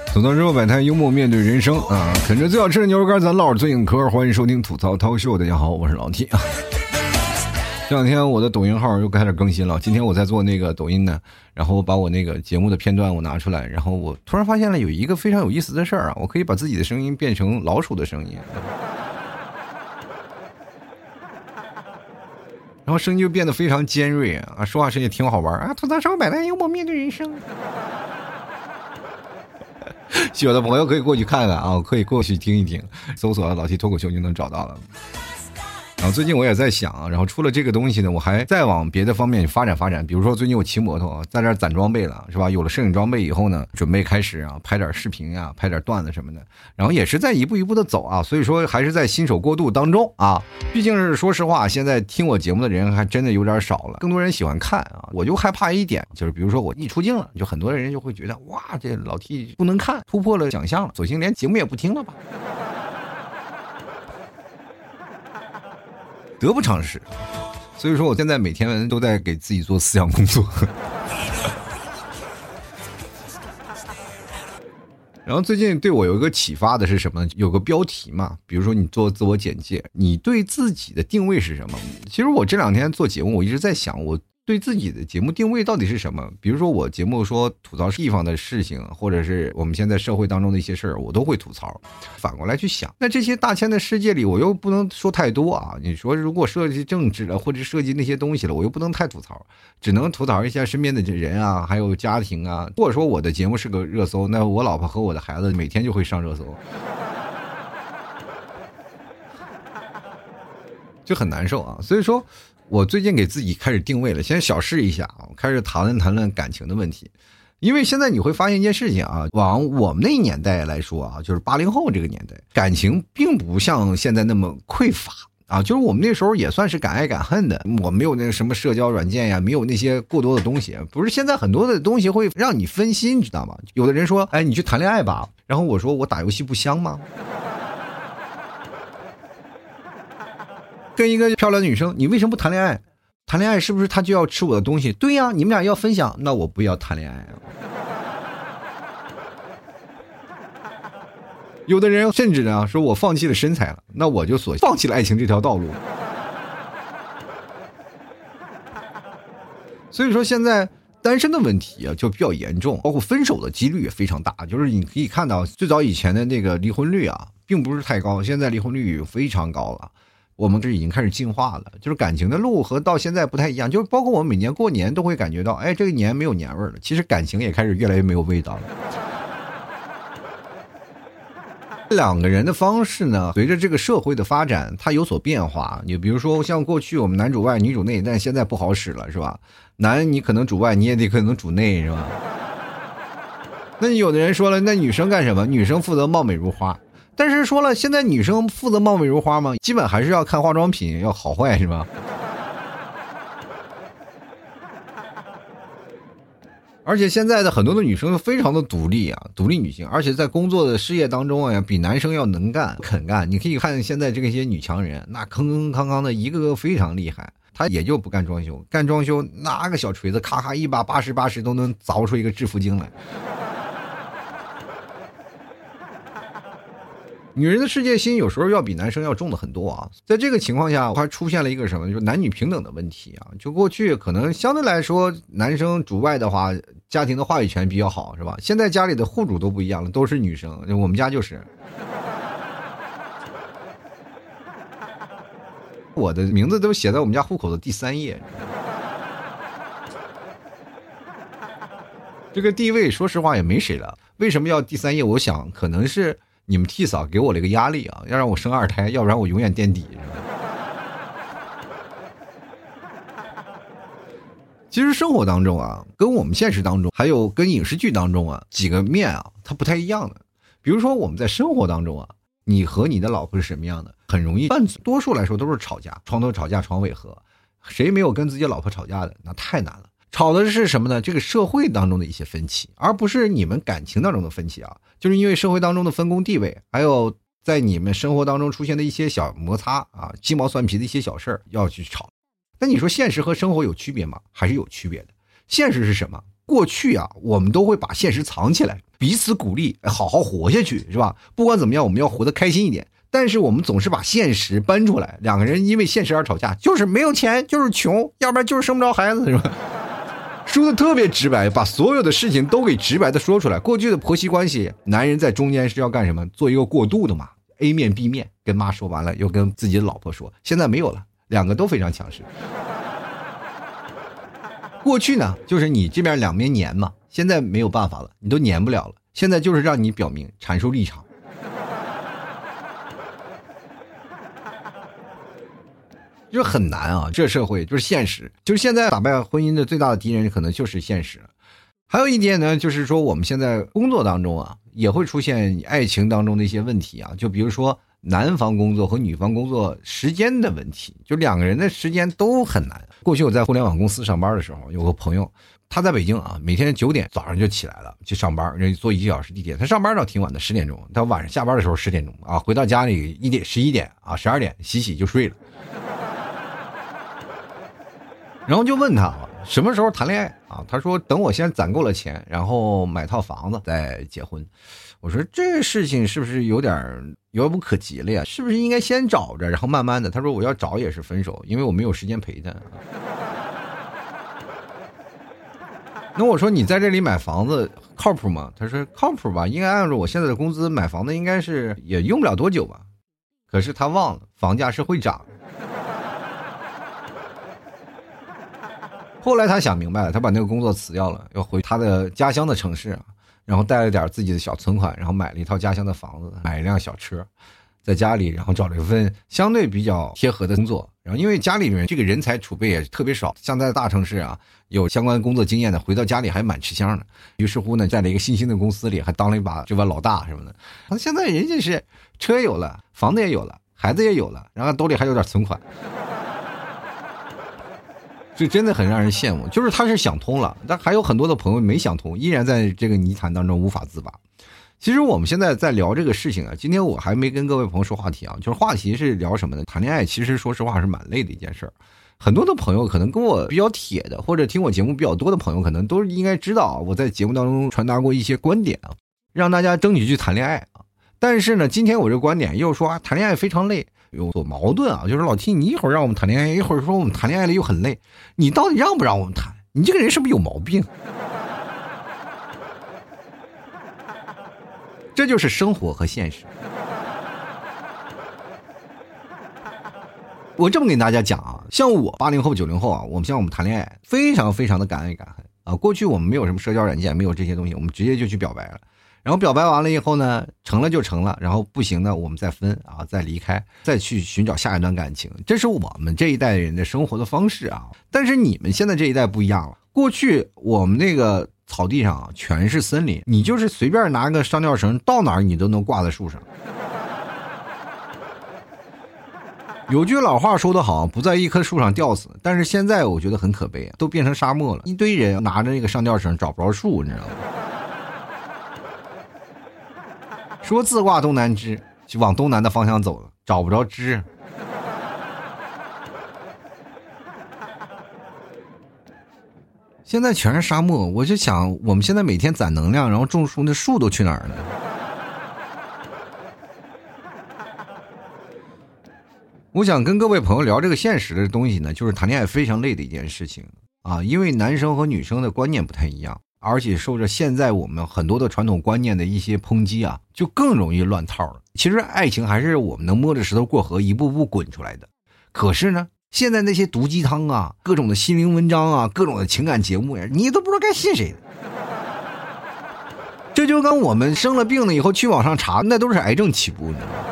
吐槽之后摆摊，幽默面对人生啊！啃着最好吃的牛肉干，咱唠着最硬嗑。欢迎收听吐槽涛秀，大家好，我是老 T 啊。这两天我的抖音号又开始更新了，今天我在做那个抖音呢，然后我把我那个节目的片段我拿出来，然后我突然发现了有一个非常有意思的事儿啊，我可以把自己的声音变成老鼠的声音，然后声音就变得非常尖锐啊，说话声也挺好玩啊，吐槽之后摆摊，幽默面对人生。喜欢的朋友可以过去看看啊，可以过去听一听，搜索老 T 脱口秀就能找到了。然后最近我也在想，然后除了这个东西呢，我还再往别的方面发展，比如说最近我骑摩托在这攒装备了，是吧？有了摄影装备以后呢，准备开始啊拍点视频啊，拍点段子什么的，然后也是在一步一步的走啊，所以说还是在新手过渡当中啊。毕竟是说实话，现在听我节目的人还真的有点少了，更多人喜欢看啊。我就害怕一点，就是比如说我一出镜了，就很多人就会觉得哇，这老 T 不能看，突破了想象了，索性连节目也不听了吧。得不偿失，所以说我现在每天都在给自己做思想工作。然后最近对我有一个启发的是什么呢？有个标题嘛，比如说你做自我简介，你对自己的定位是什么？其实我这两天做节目，我一直在想，我对自己的节目定位到底是什么？比如说我节目说吐槽地方的事情，或者是我们现在社会当中的一些事儿，我都会吐槽。反过来去想，那这些大千的世界里，我又不能说太多啊。你说如果涉及政治了，或者涉及那些东西了，我又不能太吐槽，只能吐槽一下身边的人啊，还有家庭啊。如果说我的节目是个热搜，那我老婆和我的孩子每天就会上热搜，就很难受啊。所以说我最近给自己开始定位了，先小试一下啊，开始谈论感情的问题。因为现在你会发现一件事情啊，往我们那一年代来说啊，就是80后这个年代，感情并不像现在那么匮乏啊，就是我们那时候也算是敢爱敢恨的，我没有那个什么社交软件呀，没有那些过多的东西，不是现在很多的东西会让你分心，你知道吗？有的人说，哎，你去谈恋爱吧，然后我说我打游戏不香吗？跟一个漂亮的女生，你为什么不谈恋爱？谈恋爱是不是他就要吃我的东西？对呀，你们俩要分享，那我不要谈恋爱。有的人甚至呢说我放弃了身材了，那我就索性放弃了爱情这条道路。所以说现在单身的问题啊就比较严重，包括分手的几率也非常大。就是你可以看到最早以前的那个离婚率啊并不是太高，现在离婚率非常高了。我们这已经开始进化了，就是感情的路和到现在不太一样，就是包括我们每年过年都会感觉到，哎，这个年没有年味了，其实感情也开始越来越没有味道了。两个人的方式呢，随着这个社会的发展它有所变化。你比如说像过去我们男主外女主内，但现在不好使了，是吧？男你可能主外，你也得可能主内，是吧？那你有的人说了，那女生干什么？女生负责貌美如花。但是说了，现在女生负责貌美如花吗？基本还是要看化妆品要好坏，是吧？而且现在的很多的女生非常的独立啊，独立女性，而且在工作的事业当中啊，比男生要能干肯干。你可以看现在这些女强人，那铿铿的一个个非常厉害，她也就不干装修，干装修拿个小锤子咔咔一把80都能凿出一个致富经来。女人的世界心有时候要比男生要重的很多啊，在这个情况下，还出现了一个什么，就是男女平等的问题啊。就过去可能相对来说，男生主外的话，家庭的话语权比较好，是吧？现在家里的户主都不一样了，都是女生，我们家就是。我的名字都写在我们家户口的第3页。这个地位说实话也没谁了，为什么要第3页？我想可能是你们T嫂给我了一个压力啊，要让我生2胎，要不然我永远垫底。其实生活当中啊，跟我们现实当中，还有跟影视剧当中啊，几个面啊，它不太一样的。比如说我们在生活当中啊，你和你的老婆是什么样的，很容易犯错，多数来说都是吵架，床头吵架床尾和，谁没有跟自己老婆吵架的？那太难了。吵的是什么呢？这个社会当中的一些分歧，而不是你们感情当中的分歧啊，就是因为社会当中的分工地位，还有在你们生活当中出现的一些小摩擦啊，鸡毛蒜皮的一些小事儿要去吵。那你说现实和生活有区别吗？还是有区别的。现实是什么？ 过去啊，我们都会把现实藏起来，彼此鼓励，好好活下去，是吧？不管怎么样，我们要活得开心一点。但是我们总是把现实搬出来，两个人因为现实而吵架，就是没有钱，就是穷，要不然就是生不着孩子，是吧？说的特别直白，把所有的事情都给直白的说出来。过去的婆媳关系，男人在中间是要干什么？做一个过渡的嘛。A 面 B 面，跟妈说完了，又跟自己的老婆说，现在没有了，两个都非常强势。过去呢，就是你这边两边粘嘛，现在没有办法了，你都粘不了了，现在就是让你表明阐述立场。就很难啊，这社会就是现实，就是现在打败婚姻的最大的敌人可能就是现实。还有一点呢，就是说我们现在工作当中啊，也会出现爱情当中的一些问题啊，就比如说男方工作和女方工作时间的问题，就两个人的时间都很难。过去我在互联网公司上班的时候，有个朋友，他在北京啊，每天9点早上就起来了去上班，坐1个小时地铁，他上班到挺晚的10点钟，他晚上下班的时候10点钟啊，回到家里11点啊12点洗就睡了。然后就问他什么时候谈恋爱啊？他说等我先攒够了钱，然后买套房子再结婚。我说这事情是不是有点遥不可及了呀？是不是应该先找着，然后慢慢的？他说我要找也是分手，因为我没有时间陪他。那我说你在这里买房子靠谱吗？他说靠谱吧，应该按照我现在的工资买房子应该是也用不了多久吧。可是他忘了房价是会涨。后来他想明白了，他把那个工作辞掉了，要回他的家乡的城市啊，然后带了点自己的小存款，然后买了一套家乡的房子，买一辆小车，在家里，然后找了一份相对比较贴合的工作。然后因为家里面这个人才储备也特别少，像在大城市啊，有相关工作经验的，回到家里还蛮吃香的。于是乎呢，在了一个新兴的公司里，还当了一把这把老大什么的。现在人家是车也有了，房子也有了，孩子也有了，然后兜里还有点存款。这真的很让人羡慕，就是他是想通了，但还有很多的朋友没想通，依然在这个泥潭当中无法自拔。其实我们现在在聊这个事情啊，今天我还没跟各位朋友说话题啊，就是话题是聊什么呢？谈恋爱其实说实话是蛮累的一件事儿。很多的朋友可能跟我比较铁的，或者听我节目比较多的朋友，可能都应该知道我在节目当中传达过一些观点啊，让大家争取去谈恋爱啊。但是呢，今天我这个观点又说谈恋爱非常累。有所矛盾啊，就是老T，你一会儿让我们谈恋爱，一会儿说我们谈恋爱了又很累，你到底让不让我们谈？你这个人是不是有毛病？这就是生活和现实。我这么跟大家讲啊，像我80后90后啊，我们谈恋爱非常非常的敢爱敢恨啊。过去我们没有什么社交软件，没有这些东西，我们直接就去表白了。然后表白完了以后呢，成了就成了，然后不行呢，我们再分啊，再离开，再去寻找下一段感情。这是我们这一代人的生活的方式啊。但是你们现在这一代不一样了，过去我们那个草地上啊全是森林，你就是随便拿个上吊绳，到哪儿你都能挂在树上。有句老话说得好，不在一棵树上吊死。但是现在我觉得很可悲啊，都变成沙漠了，一堆人拿着那个上吊绳找不着树，你知道吗？说自挂东南枝，就往东南的方向走了，找不着枝。现在全是沙漠，我就想我们现在每天攒能量，然后种树，那树都去哪儿了？我想跟各位朋友聊这个现实的东西呢，就是谈恋爱非常累的一件事情啊，因为男生和女生的观念不太一样。而且受着现在我们很多的传统观念的一些抨击啊，就更容易乱套了。其实爱情还是我们能摸着石头过河，一步步滚出来的。可是呢，现在那些毒鸡汤啊，各种的心灵文章啊，各种的情感节目呀，你都不知道该信谁的。这就跟我们生了病了以后去网上查，那都是癌症起步，你知道吗？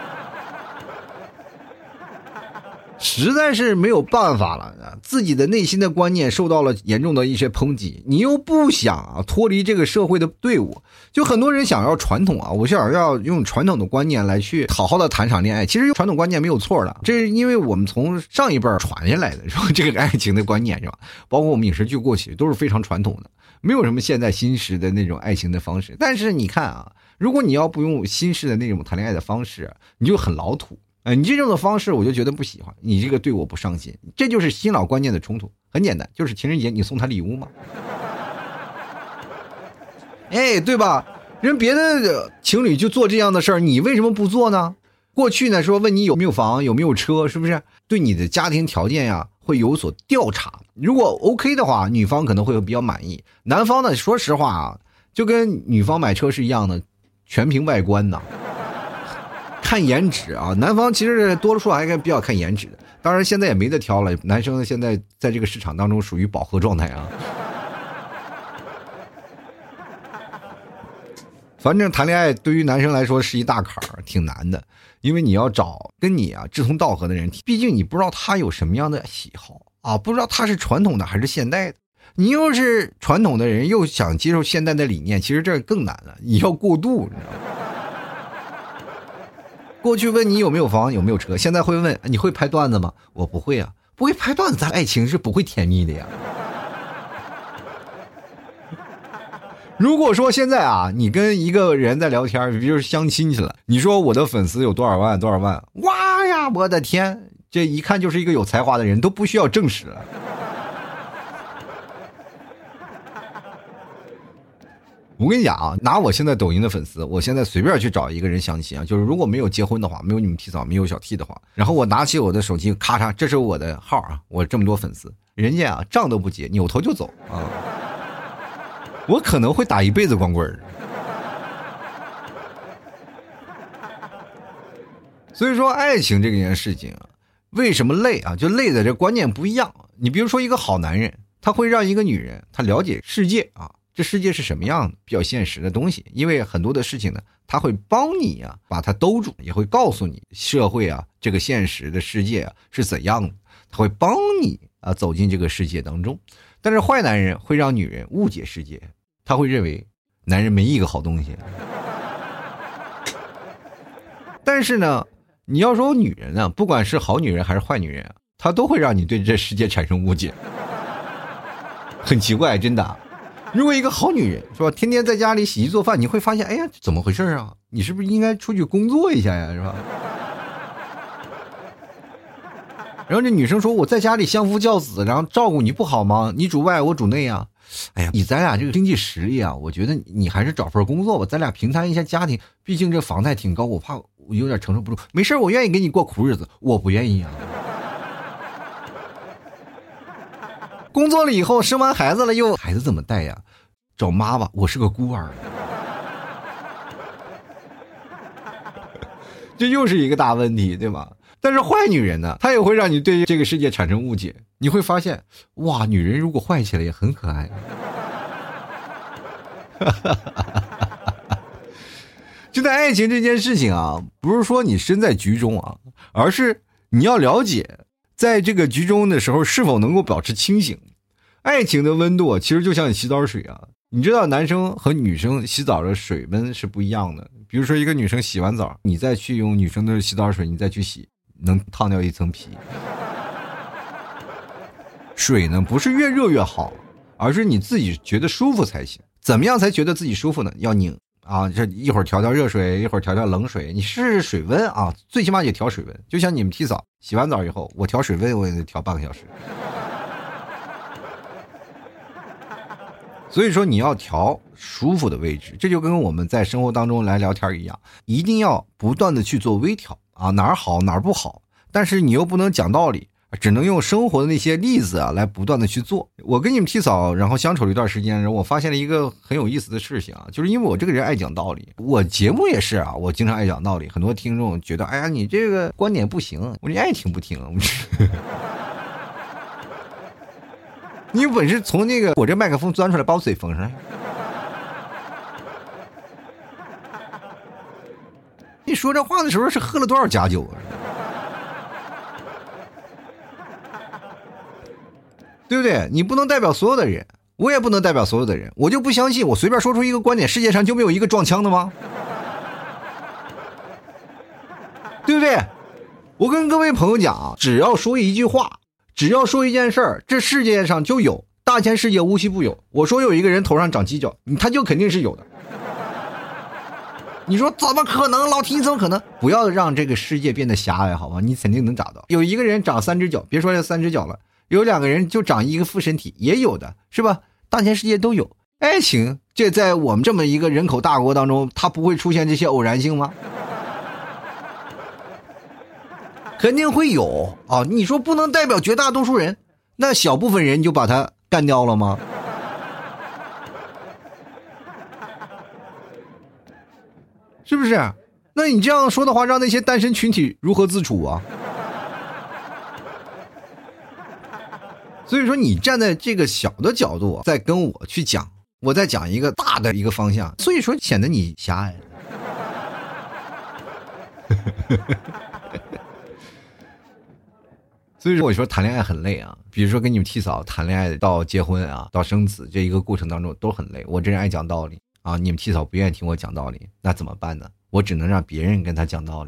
实在是没有办法了，自己的内心的观念受到了严重的一些抨击，你又不想啊脱离这个社会的队伍，就很多人想要传统啊，我想要用传统的观念来去好好的谈场恋爱。其实传统观念没有错的，这是因为我们从上一辈传下来的，说这个爱情的观念是吧？包括我们影视剧过去都是非常传统的，没有什么现在新式的那种爱情的方式。但是你看啊，如果你要不用新式的那种谈恋爱的方式，你就很老土。你这种的方式我就觉得不喜欢，你这个对我不上心，这就是新老观念的冲突。很简单，就是情人节你送他礼物吗？ 哎，对吧？人别的情侣就做这样的事儿，你为什么不做呢？过去呢说问你有没有房有没有车，是不是对你的家庭条件呀会有所调查？如果 OK 的话，女方可能会比较满意。男方呢，说实话啊，就跟女方买车是一样的，全凭外观呐，看颜值啊。男方其实多数还比较看颜值的，当然现在也没得挑了，男生现在在这个市场当中属于饱和状态啊。反正谈恋爱对于男生来说是一大坎儿，挺难的，因为你要找跟你啊志同道合的人，毕竟你不知道他有什么样的喜好啊，不知道他是传统的还是现代的。你又是传统的人，又想接受现代的理念，其实这更难了，你要过渡，你知道吗？过去问你有没有房有没有车，现在会问你会拍段子吗？我不会啊，不会拍段子，咱爱情是不会甜蜜的呀。如果说现在啊，你跟一个人在聊天，比如相亲去了，你说我的粉丝有多少万多少万，哇呀，我的天，这一看就是一个有才华的人，都不需要证实了。我跟你讲啊，拿我现在抖音的粉丝，我现在随便去找一个人相亲啊，就是如果没有结婚的话，没有你们提早，没有小 T 的话，然后我拿起我的手机，咔嚓，这是我的号啊，我这么多粉丝，人家啊账都不结，扭头就走啊。我可能会打一辈子光棍儿。所以说爱情这件事情啊，为什么累啊？就累的这观念不一样。你比如说一个好男人，他会让一个女人他了解世界啊，这世界是什么样的，比较现实的东西。因为很多的事情呢，他会帮你啊把它兜住，也会告诉你社会啊这个现实的世界啊是怎样的，他会帮你啊走进这个世界当中。但是坏男人会让女人误解世界，他会认为男人没一个好东西。但是呢，你要说女人啊，不管是好女人还是坏女人啊，她都会让你对这世界产生误解。很奇怪，真的。如果一个好女人是吧，天天在家里洗衣做饭，你会发现，哎呀，怎么回事啊？你是不是应该出去工作一下呀，是吧？然后这女生说，我在家里相夫教子，然后照顾你不好吗？你主外我主内啊。哎呀，以咱俩这个经济实力啊，我觉得你还是找份工作吧，咱俩平摊一下家庭，毕竟这房贷挺高，我怕我有点承受不住。没事，我愿意给你过苦日子。我不愿意啊。工作了以后生完孩子了，又孩子怎么带呀？找妈吧，我是个孤儿。这又是一个大问题，对吧？但是坏女人呢，她也会让你对这个世界产生误解。你会发现，哇，女人如果坏起来也很可爱。就在爱情这件事情啊，不是说你身在局中啊，而是你要了解，在这个局中的时候是否能够保持清醒。爱情的温度其实就像你洗澡水啊，你知道男生和女生洗澡的水温是不一样的。比如说一个女生洗完澡，你再去用女生的洗澡水，你再去洗，能烫掉一层皮。水呢不是越热越好，而是你自己觉得舒服才行。怎么样才觉得自己舒服呢？要拧啊，这一会儿调热水，一会儿调冷水，你试试水温啊，最起码也调水温。就像你们洗澡，洗完澡以后，我调水温我也得调半个小时。所以说你要调舒服的位置，这就跟我们在生活当中来聊天一样，一定要不断的去做微调啊，哪儿好哪儿不好，但是你又不能讲道理，只能用生活的那些例子啊来不断的去做。我跟你们提早然后相处了一段时间，然后我发现了一个很有意思的事情啊，就是因为我这个人爱讲道理，我节目也是啊，我经常爱讲道理，很多听众觉得哎呀你这个观点不行，我说你爱听不听你有本事从那个我这麦克风钻出来把我嘴封上来。你说这话的时候是喝了多少假酒啊？对不对？你不能代表所有的人，我也不能代表所有的人，我就不相信我随便说出一个观点，世界上就没有一个撞枪的吗？对不对？我跟各位朋友讲，只要说一句话，只要说一件事儿，这世界上就有，大千世界无奇不有。我说有一个人头上长犄角，他就肯定是有的。你说怎么可能？老提你怎么可能？不要让这个世界变得狭隘，好吗？你肯定能找到。有一个人长3只脚，别说这3只脚了，有2个人就长一个附身体，也有的是吧？大千世界都有。 爱情这在我们这么一个人口大国当中，它不会出现这些偶然性吗？肯定会有啊！你说不能代表绝大多数人，那小部分人你就把他干掉了吗？是不是？那你这样说的话，让那些单身群体如何自处啊？所以说，你站在这个小的角度在跟我去讲，我在讲一个大的一个方向，所以说显得你狭隘。所以说我说谈恋爱很累啊，比如说跟你们替嫂谈恋爱到结婚啊，到生子这一个过程当中都很累。我这人爱讲道理啊，你们替嫂不愿意听我讲道理，那怎么办呢？我只能让别人跟他讲道理。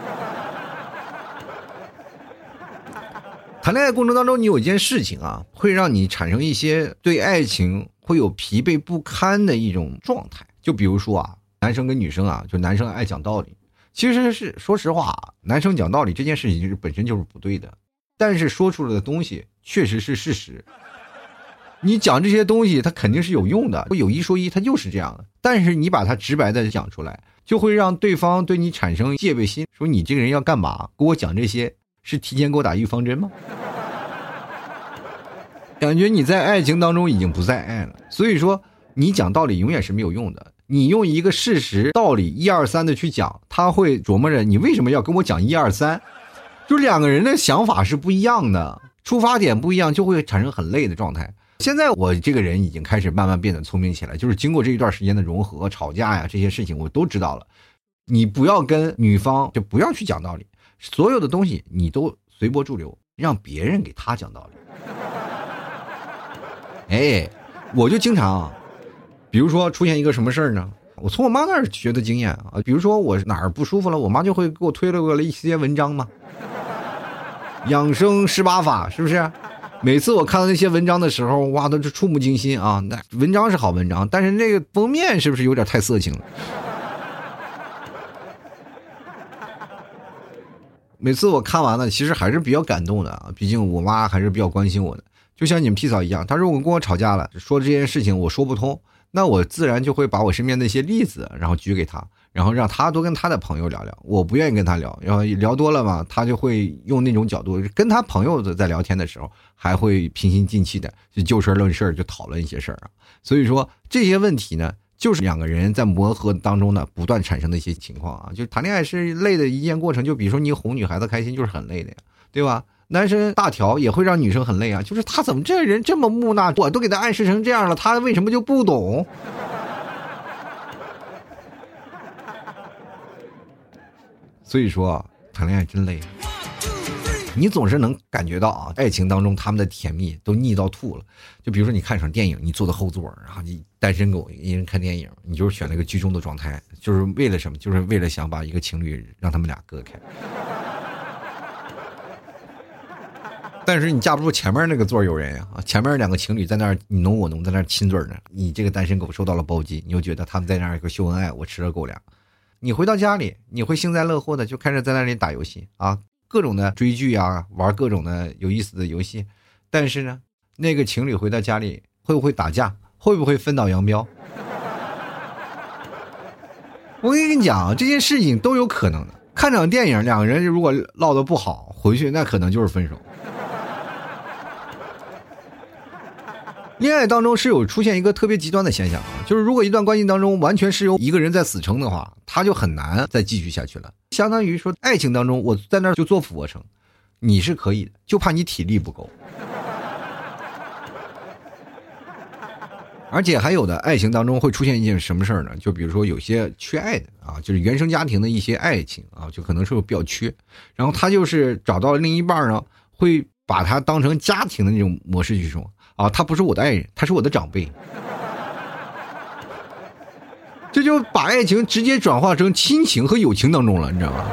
谈恋爱过程当中，你有一件事情啊，会让你产生一些对爱情会有疲惫不堪的一种状态。就比如说啊，男生跟女生啊，就男生爱讲道理，其实是说实话，男生讲道理这件事情是本身就是不对的。但是说出来的东西确实是事实，你讲这些东西它肯定是有用的，有一说一，它就是这样的。但是你把它直白的讲出来，就会让对方对你产生戒备心，说你这个人要干嘛？给我讲这些是提前给我打预防针吗？感觉你在爱情当中已经不再爱了。所以说你讲道理永远是没有用的，你用一个事实道理1、2、3的去讲，他会琢磨着你为什么要跟我讲1、2、3，就两个人的想法是不一样的，出发点不一样，就会产生很累的状态。现在我这个人已经开始慢慢变得聪明起来，就是经过这一段时间的融合、吵架呀，这些事情我都知道了。你不要跟女方就不要去讲道理，所有的东西你都随波逐流，让别人给他讲道理。哎，我就经常，比如说出现一个什么事儿呢？我从我妈那儿学的经验啊，比如说我哪儿不舒服了，我妈就会给我推了一些文章嘛，养生18法，是不是？每次我看到那些文章的时候，哇，都是触目惊心啊！那文章是好文章，但是那个封面是不是有点太色情了？每次我看完了，其实还是比较感动的啊，毕竟我妈还是比较关心我的。就像你们替嫂一样，她如果跟我吵架了，说这件事情我说不通，那我自然就会把我身边的一些例子，然后举给她，然后让她多跟她的朋友聊聊。我不愿意跟她聊，然后聊多了嘛，她就会用那种角度，跟她朋友在聊天的时候，还会平心静气的就事论事，就讨论一些事儿啊。所以说这些问题呢，就是两个人在磨合当中呢，不断产生的一些情况啊。就谈恋爱是累的一件过程，就比如说你哄女孩子开心，就是很累的呀，对吧？男生大条也会让女生很累啊，就是他怎么这人这么木讷，我都给他暗示成这样了，他为什么就不懂？所以说谈恋爱真累，你总是能感觉到啊，爱情当中他们的甜蜜都腻到吐了。就比如说你看场电影，你坐在后座，然后你单身狗一人看电影，你就是选了一个居中的状态，就是为了什么？就是为了想把一个情侣让他们俩割开。但是你架不住前面那个座有人啊，前面两个情侣在那儿你侬我侬，在那儿亲嘴呢，你这个单身狗受到了暴击，你就觉得他们在那儿一个秀恩爱，我吃了狗粮。你回到家里，你会幸灾乐祸的就开始在那里打游戏啊，各种的追剧啊，玩各种的有意思的游戏。但是呢，那个情侣回到家里会不会打架？会不会分道扬镳？我跟你讲，这件事情都有可能的。看场电影，两个人如果唠得不好，回去那可能就是分手。恋爱当中是有出现一个特别极端的现象啊，就是如果一段关系当中完全是由一个人在死撑的话，他就很难再继续下去了。相当于说爱情当中我在那儿就做俯卧撑，你是可以的，就怕你体力不够。而且还有的爱情当中会出现一件什么事儿呢？就比如说有些缺爱的啊，就是原生家庭的一些爱情啊，就可能是比较缺，然后他就是找到另一半呢，会把他当成家庭的那种模式去说啊，他不是我的爱人，他是我的长辈。这就把爱情直接转化成亲情和友情当中了，你知道吗？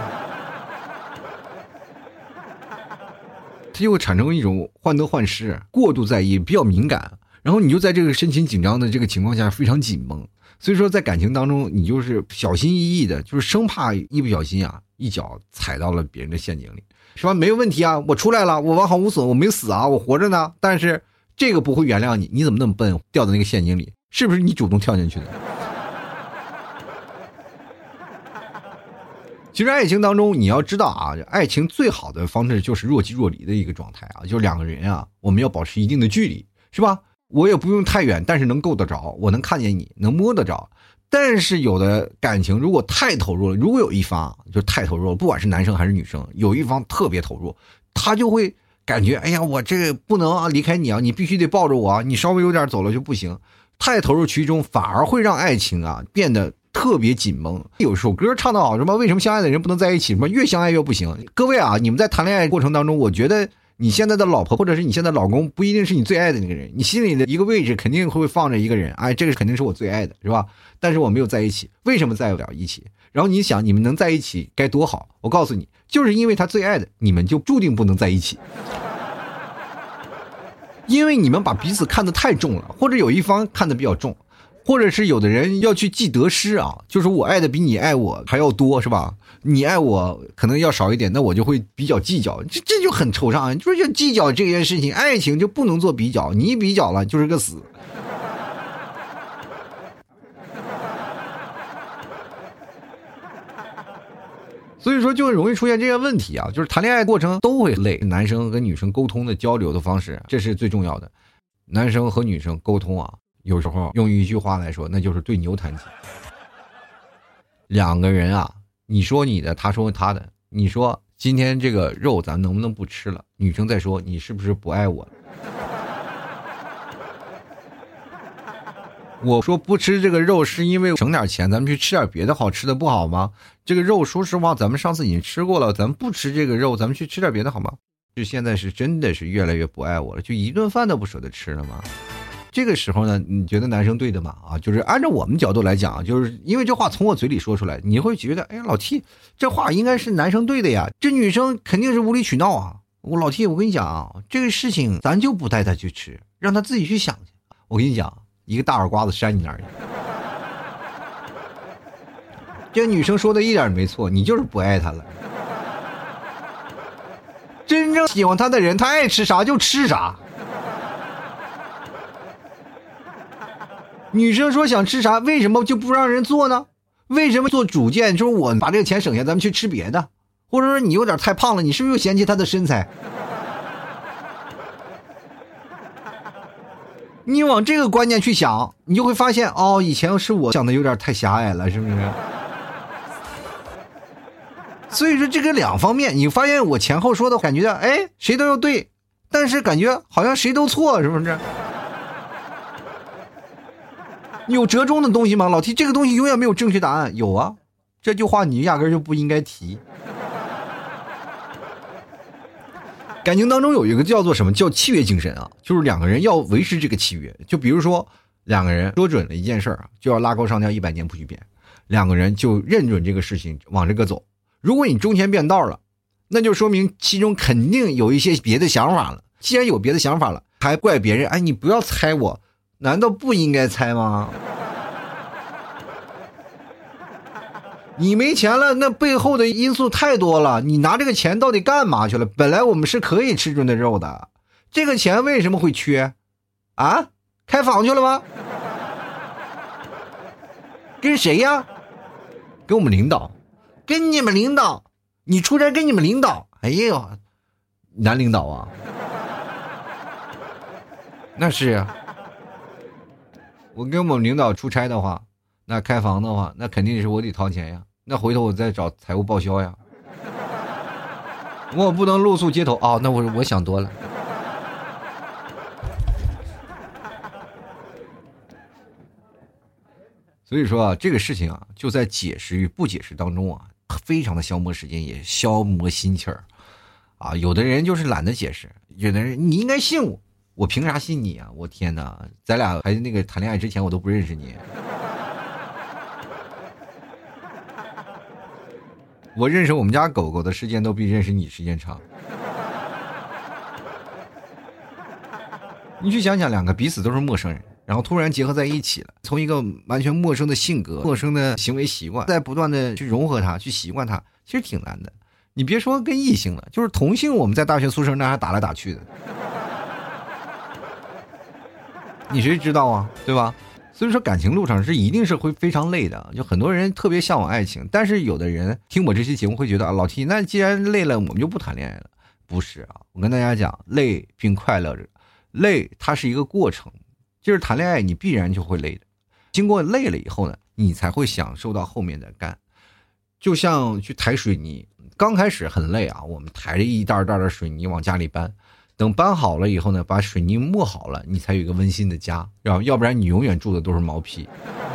它就会产生一种患得患失，过度在意，比较敏感，然后你就在这个深情紧张的这个情况下非常紧绷。所以说在感情当中你就是小心翼翼的，就是生怕一不小心啊，一脚踩到了别人的陷阱里，是吧？没有问题啊，我出来了，我完好无损，我没死啊，我活着呢，但是这个不会原谅你，你怎么那么笨，掉到那个陷阱里？ 是不是你主动跳进去的？其实爱情当中，你要知道啊，爱情最好的方式就是若即若离的一个状态啊，就是两个人啊，我们要保持一定的距离，是吧？我也不用太远，但是能够得着，我能看见你，能摸得着。但是有的感情如果太投入了，如果有一方就太投入了，不管是男生还是女生，有一方特别投入，他就会感觉，哎呀，我这个不能啊离开你啊，你必须得抱着我啊，你稍微有点走了就不行。太投入其中，反而会让爱情啊变得特别紧绷。有首歌唱得好，什么为什么相爱的人不能在一起，什么越相爱越不行。各位啊，你们在谈恋爱过程当中，我觉得你现在的老婆或者是你现在的老公不一定是你最爱的那个人，你心里的一个位置肯定会放着一个人，哎，这个肯定是我最爱的，是吧？但是我没有在一起，为什么在不了一起？然后你想你们能在一起该多好，我告诉你，就是因为他最爱的，你们就注定不能在一起。因为你们把彼此看得太重了，或者有一方看得比较重，或者是有的人要去记得失啊，就是我爱的比你爱我还要多，是吧？你爱我可能要少一点，那我就会比较计较，这就很惆怅，就是要计较这件事情。爱情就不能做比较，你一比较了就是个死。所以说就容易出现这些问题啊，就是谈恋爱过程都会累，男生跟女生沟通的交流的方式，这是最重要的。男生和女生沟通啊，有时候用一句话来说，那就是对牛弹琴。两个人啊，你说你的，他说他的，你说今天这个肉咱能不能不吃了？女生再说你是不是不爱我了？我说不吃这个肉是因为省点钱，咱们去吃点别的好吃的不好吗？这个肉说实话咱们上次已经吃过了，咱们不吃这个肉，咱们去吃点别的好吗？就现在是真的是越来越不爱我了，就一顿饭都不舍得吃了吗？这个时候呢，你觉得男生对的吗？啊，就是按照我们角度来讲，就是因为这话从我嘴里说出来，你会觉得，哎呀，老 T 这话应该是男生对的呀，这女生肯定是无理取闹啊。我老 T， 我跟你讲啊，这个事情咱就不带她去吃，让她自己去想去。我跟你讲，一个大耳刮子扇你那儿去。这女生说的一点没错，你就是不爱她了。真正喜欢她的人，她爱吃啥就吃啥。女生说想吃啥，为什么就不让人做呢？为什么做主见？就是我把这个钱省下，咱们去吃别的，或者说你有点太胖了，你是不是又嫌弃她的身材？你往这个观念去想，你就会发现，哦，以前是我想的有点太狭隘了，是不是？所以说这个两方面，你发现我前后说的感觉到，哎，谁都要对，但是感觉好像谁都错，是不是？有折中的东西吗？老 T， 这个东西永远没有正确答案。有啊，这句话你压根就不应该提。感情当中有一个叫做什么叫契约精神啊，就是两个人要维持这个契约。就比如说两个人说准了一件事啊，就要拉高上吊100年不许变，两个人就认准这个事情往这个走。如果你中间变道了，那就说明其中肯定有一些别的想法了。既然有别的想法了，还怪别人，哎，你不要猜我，难道不应该猜吗？你没钱了，那背后的因素太多了，你拿这个钱到底干嘛去了？本来我们是可以吃顿的肉的，这个钱为什么会缺啊？开房去了吗？跟谁呀？跟我们领导。跟你们领导，你出差跟你们领导，哎呦，男领导啊，那是啊。我跟我们领导出差的话，那开房的话，那肯定是我得掏钱呀。那回头我再找财务报销呀。我不能露宿街头哦，那我想多了。所以说啊，这个事情啊，就在解释与不解释当中啊，非常的消磨时间，也消磨心气儿啊。有的人就是懒得解释，有的人你应该信我，我凭啥信你啊？我天哪，咱俩还那个谈恋爱之前我都不认识你。我认识我们家狗狗的时间都比认识你时间长。你去想想，两个彼此都是陌生人，然后突然结合在一起了，从一个完全陌生的性格、陌生的行为习惯，再不断的去融合它、去习惯它，其实挺难的。你别说跟异性了，就是同性，我们在大学宿舍那还打来打去的，你谁知道啊？对吧？ 所以说感情路上是一定是会非常累的，就很多人特别向往爱情，但是有的人听我这期节目会觉得啊，老 T 那既然累了，我们就不谈恋爱了。不是啊，我跟大家讲，累并快乐着，累它是一个过程，就是谈恋爱你必然就会累的，经过累了以后呢，你才会享受到后面的干。就像去抬水泥，刚开始很累啊，我们抬着一袋袋的水泥往家里搬，等搬好了以后呢，把水泥磨好了，你才有一个温馨的家，要不然你永远住的都是毛坯。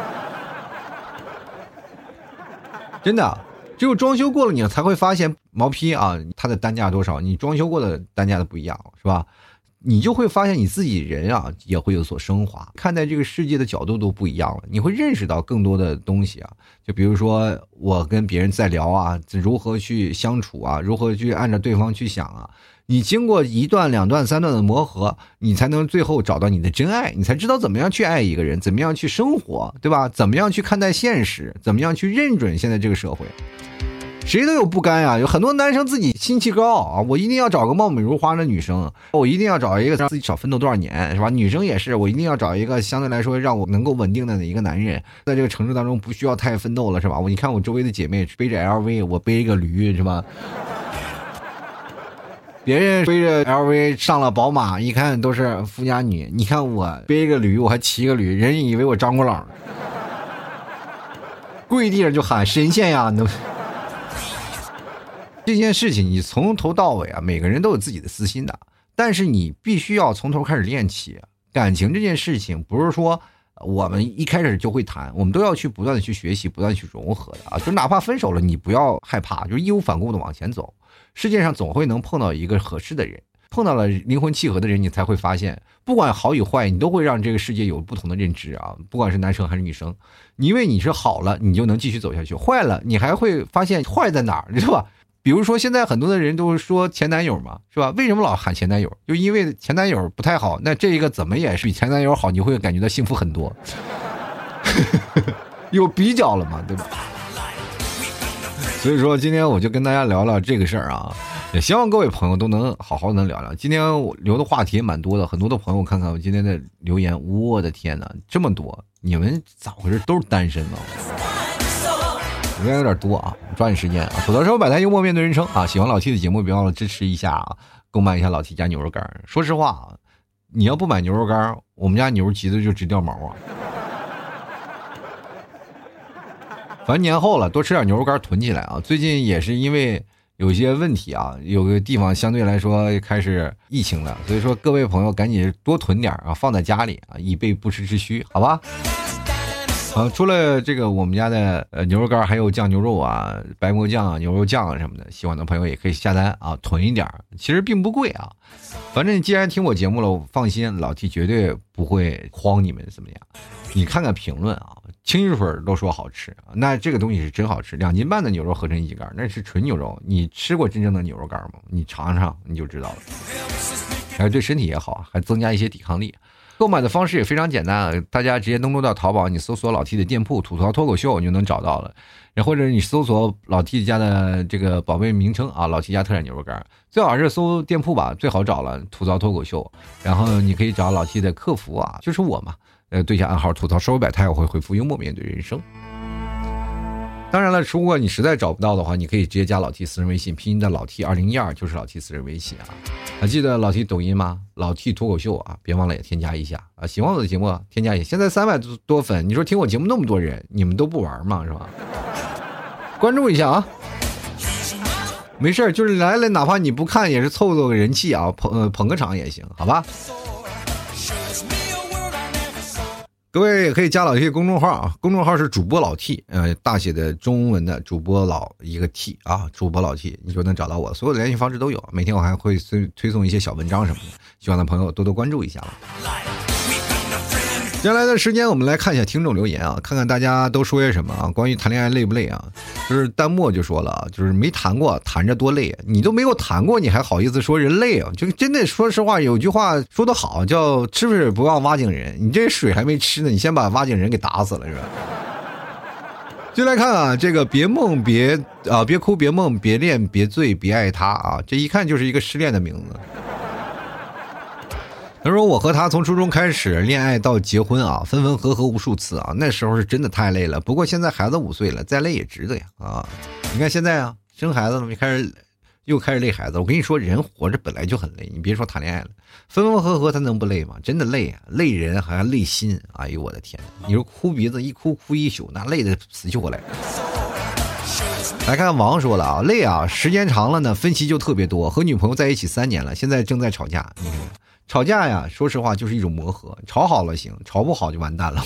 真的，只有装修过了，你才会发现毛坯啊，它的单价多少，你装修过的单价的不一样，是吧？你就会发现你自己人啊也会有所升华，看待这个世界的角度都不一样了，你会认识到更多的东西啊。就比如说我跟别人在聊啊，如何去相处啊，如何去按照对方去想啊，你经过一段两段三段的磨合，你才能最后找到你的真爱，你才知道怎么样去爱一个人，怎么样去生活，对吧？怎么样去看待现实，怎么样去认准现在这个社会。谁都有不甘呀，有很多男生自己心气高啊，我一定要找个貌美如花的女生，我一定要找一个让自己少奋斗多少年，是吧？女生也是，我一定要找一个相对来说让我能够稳定的一个男人，在这个城市当中不需要太奋斗了，是吧？你看我周围的姐妹背着 LV， 我背一个驴，是吧？别人背着 LV 上了宝马，一看都是富家女，你看我背一个驴，我还骑个驴，人以为我张国老，跪地上就喊神仙呀，你都。这件事情你从头到尾啊，每个人都有自己的私心的，但是你必须要从头开始练起。感情这件事情不是说我们一开始就会谈，我们都要去不断的去学习，不断的去融合的啊。就哪怕分手了，你不要害怕，就义无反顾的往前走。世界上总会能碰到一个合适的人，碰到了灵魂契合的人，你才会发现，不管好与坏，你都会让这个世界有不同的认知啊。不管是男生还是女生，你因为你是好了，你就能继续走下去；坏了，你还会发现坏在哪儿，对吧？比如说现在很多的人都说前男友嘛，是吧？为什么老喊前男友？就因为前男友不太好，那这一个怎么也是比前男友好，你会感觉到幸福很多。有比较了嘛，对吧？所以说今天我就跟大家聊聊这个事儿啊，也希望各位朋友都能好好能聊聊。今天我留的话题也蛮多的，很多的朋友看看我今天的留言，我的天哪，这么多！你们咋回事？都是单身吗？留言有点多啊，抓紧时间啊！吐槽生活百态，幽默面对人生啊！喜欢老 T 的节目，别忘了支持一下啊，购买一下老 T 家牛肉干。说实话啊，你要不买牛肉干，我们家牛急的就直掉毛啊！反正年后了，多吃点牛肉干囤起来啊！最近也是因为有一些问题啊，有个地方相对来说开始疫情了，所以说各位朋友赶紧多囤点啊，放在家里啊，以备不时之需，好吧？除了这个我们家的牛肉干，还有酱牛肉啊、白馍酱啊、牛肉酱啊什么的，喜欢的朋友也可以下单啊，囤一点，其实并不贵啊。反正既然听我节目了，我放心，老 T 绝对不会诓你们怎么样。你看看评论啊，清水都说好吃，那这个东西是真好吃，2斤半的牛肉合成1斤干，那是纯牛肉。你吃过真正的牛肉干吗？你尝尝你就知道了，还是对身体也好，还增加一些抵抗力。购买的方式也非常简单，大家直接登录到淘宝，你搜索老 T 的店铺吐槽脱口秀，你就能找到了。或者你搜索老 T 家的这个宝贝名称啊，老 T 家特产牛肉干，最好是搜店铺吧，最好找了吐槽脱口秀。然后你可以找老 T 的客服啊，就是我嘛，对下暗号吐槽生活百态，我会回复幽默面对人生。当然了，如果你实在找不到的话，你可以直接加老 T 私人微信，拼音的老 T 2012就是老 T 私人微信啊。还记得老 T 抖音吗？老 T 脱口秀啊，别忘了也添加一下啊。喜欢我的节目添加一下，现在300多粉，你说听我节目那么多人，你们都不玩吗？是吧？关注一下啊。没事，就是来了，哪怕你不看也是凑个人气啊，捧个场也行，好吧？各位也可以加老 T 公众号啊，公众号是主播老 T， 大写的中文的主播老一个 T 啊，主播老 T， 你就能找到我，所有的联系方式都有。每天我还会推送一些小文章什么的，希望的朋友多多关注一下了。接下来的时间我们来看一下听众留言啊，看看大家都说些什么啊。关于谈恋爱累不累啊，就是弹幕就说了，就是没谈过谈着多累啊，你都没有谈过你还好意思说人累啊？就真的说实话，有句话说得好，叫吃水不忘挖井人，你这水还没吃呢，你先把挖井人给打死了是吧？就来看啊，这个别梦别哭别梦别恋别醉别爱他啊，这一看就是一个失恋的名字。 他说我和他从初中开始恋爱到结婚啊，分分合合无数次啊，那时候是真的太累了。不过现在孩子5岁了，再累也值得呀啊！你看现在啊，生孩子了，又开始累孩子。我跟你说，人活着本来就很累，你别说谈恋爱了，分分合合他能不累吗？真的累啊，累人还累心。哎呦我的天！你说哭鼻子一哭一宿，那累的死去活来。来看王说了啊，累啊，时间长了呢，分歧就特别多。和女朋友在一起3年了，现在正在吵架。你看吵架呀，说实话就是一种磨合，吵好了行，吵不好就完蛋了。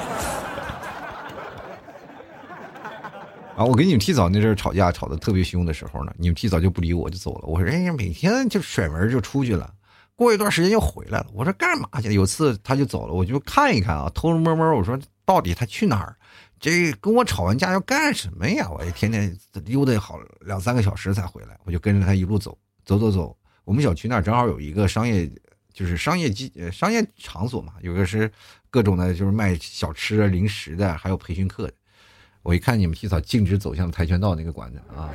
我跟你们提早那阵吵架吵得特别凶的时候呢，你们提早就不理我就走了。我说哎呀，每天就甩门就出去了，过一段时间又回来了。我说干嘛去？有次他就走了，我就看一看啊，偷偷摸摸，我说到底他去哪儿？这跟我吵完架要干什么呀？我天天溜达好2-3个小时才回来，我就跟着他一路走。我们小区那儿正好有一个商业场所嘛，有个是各种的，就是卖小吃啊、零食的，还有培训课的。我一看你们提早径直走向跆拳道那个馆子啊，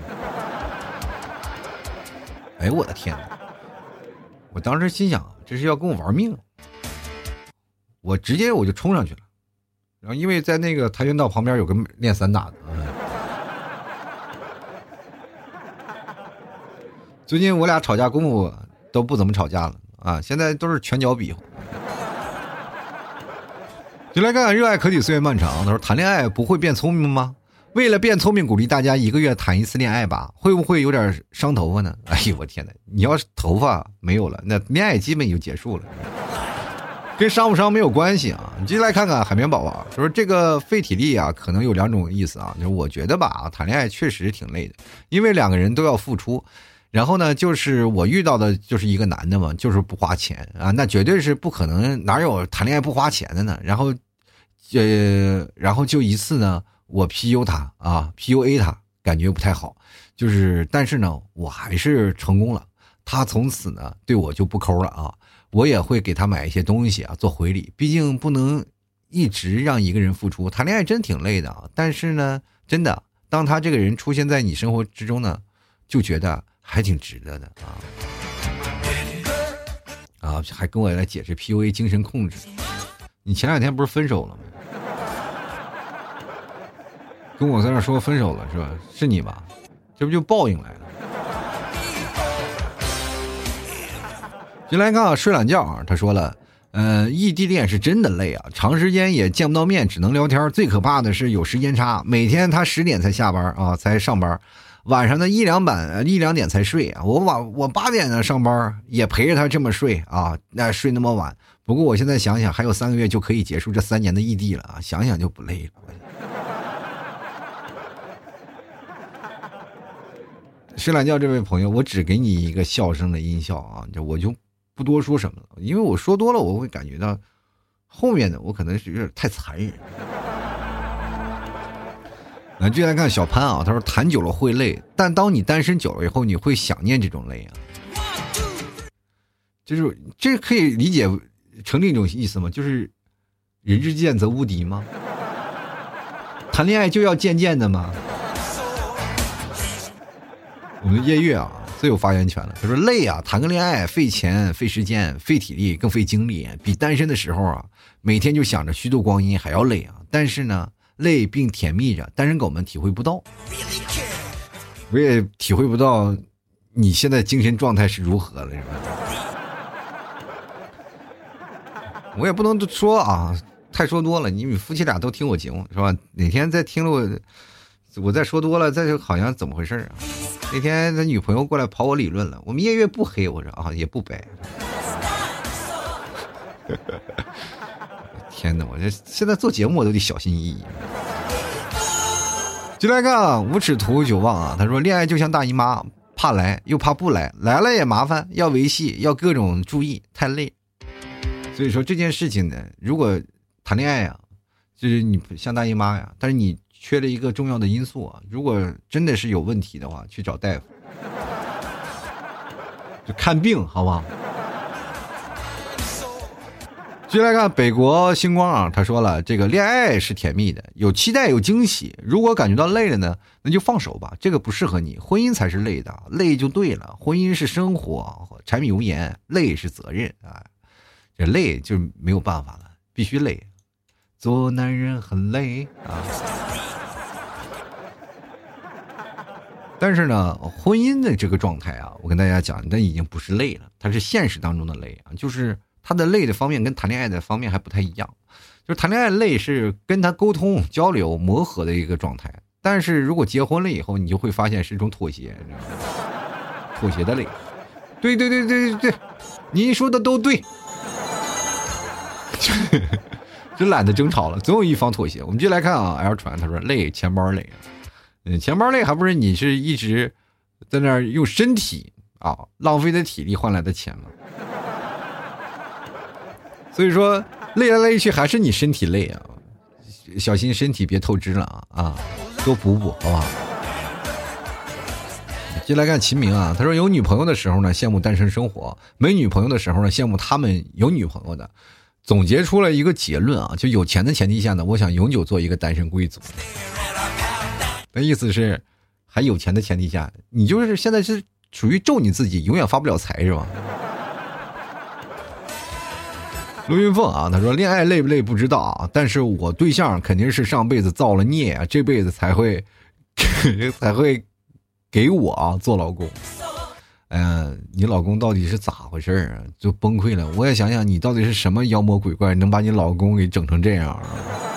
哎呦我的天哪！我当时心想，这是要跟我玩命，我直接就冲上去了。然后因为在那个跆拳道旁边有个练散打的，最近我俩吵架功夫都不怎么吵架了啊，现在都是拳脚比划。就来看看热爱可抵岁月漫长。他说谈恋爱不会变聪明吗？为了变聪明，鼓励大家1个月谈1次恋爱吧，会不会有点伤头发呢？哎呦我天哪！你要是头发没有了，那恋爱基本就结束了。跟伤不伤没有关系啊！你继续来看看海绵宝宝说这个费体力啊，可能有2种意思啊。就是我觉得吧，谈恋爱确实挺累的，因为2个人都要付出。然后呢，就是我遇到的就是一个男的嘛，就是不花钱啊，那绝对是不可能，哪有谈恋爱不花钱的呢？然后就一次呢，我 PUA 他，感觉不太好，但是呢，我还是成功了。他从此呢，对我就不抠了啊。我也会给他买一些东西啊，做回礼。毕竟不能一直让一个人付出，谈恋爱真挺累的啊。但是呢，真的，当他这个人出现在你生活之中呢，就觉得还挺值得的啊！还跟我来解释 PUA 精神控制。你前2天不是分手了吗？跟我在那说分手了是吧？是你吧？这不就报应来了？就来看睡懒觉啊，他说了，异地恋是真的累啊，长时间也见不到面，只能聊天。最可怕的是有时间差，每天他10点才下班啊，才上班，晚上的1、2点才睡啊。我8点呢上班，也陪着他这么睡啊，那睡那么晚。不过我现在想想，还有3个月就可以结束这3年的异地了啊，想想就不累了。睡懒觉这位朋友，我只给你一个笑声的音效啊，我就不多说什么了，因为我说多了，我会感觉到后面的我可能是有点太残忍。那接下来看小潘啊，他说谈久了会累，但当你单身久了以后，你会想念这种累啊。就是这可以理解成另一种意思吗？就是人之见则无敌吗？谈恋爱就要渐渐的吗？我们的夜月啊最有发言权了，他说累啊，谈个恋爱费钱费时间费体力更费精力，比单身的时候啊每天就想着虚度光阴还要累啊。但是呢，累并甜蜜着，单身狗们体会不到，我也体会不到你现在精神状态是如何的，是吧？我也不能说啊，太说多了，你们夫妻俩都听我节目是吧？哪天再听了我再说多了，再就好像怎么回事啊？那天他女朋友过来跑我理论了，我们夜月不黑，我说啊也不白。天哪，我这现在做节目我都得小心翼翼。就来看无耻图久忘啊，他说恋爱就像大姨妈，怕来又怕不来，来了也麻烦，要维系，要各种注意，太累。所以说这件事情呢，如果谈恋爱啊，就是你像大姨妈呀，但是你缺了一个重要的因素啊，如果真的是有问题的话，去找大夫，就看病，好不好？接下来看北国星光啊，他说了，这个恋爱是甜蜜的，有期待有惊喜，如果感觉到累了呢，那就放手吧，这个不适合你，婚姻才是累的，累就对了，婚姻是生活，柴米油盐，累是责任啊。 这累就没有办法了，必须累。做男人很累啊。但是呢，婚姻的这个状态啊，我跟大家讲，那已经不是累了，它是现实当中的累啊，就是它的累的方面跟谈恋爱的方面还不太一样。就是谈恋爱累是跟他沟通、交流、磨合的一个状态，但是如果结婚了以后，你就会发现是一种妥协，妥协的累。对，你说的都对，就懒得争吵了，总有一方妥协。我们就来看啊 ，L 传他说累，钱包累。钱包累还不是你是一直在那儿用身体啊浪费的体力换来的钱吗？所以说累来累去还是你身体累啊，小心身体别透支了啊，多补补好不好？接来看秦明啊，他说有女朋友的时候呢羡慕单身生活，没女朋友的时候呢羡慕他们有女朋友的。总结出了一个结论啊，就有钱的前提下呢，我想永久做一个单身贵族。那意思是还有钱的前提下，你就是现在是属于咒你自己永远发不了财是吧？陆云凤啊，他说恋爱累不累不知道啊，但是我对象肯定是上辈子造了孽啊，这辈子才会给我啊做老公。你老公到底是咋回事啊？就崩溃了。我也想想你到底是什么妖魔鬼怪能把你老公给整成这样啊？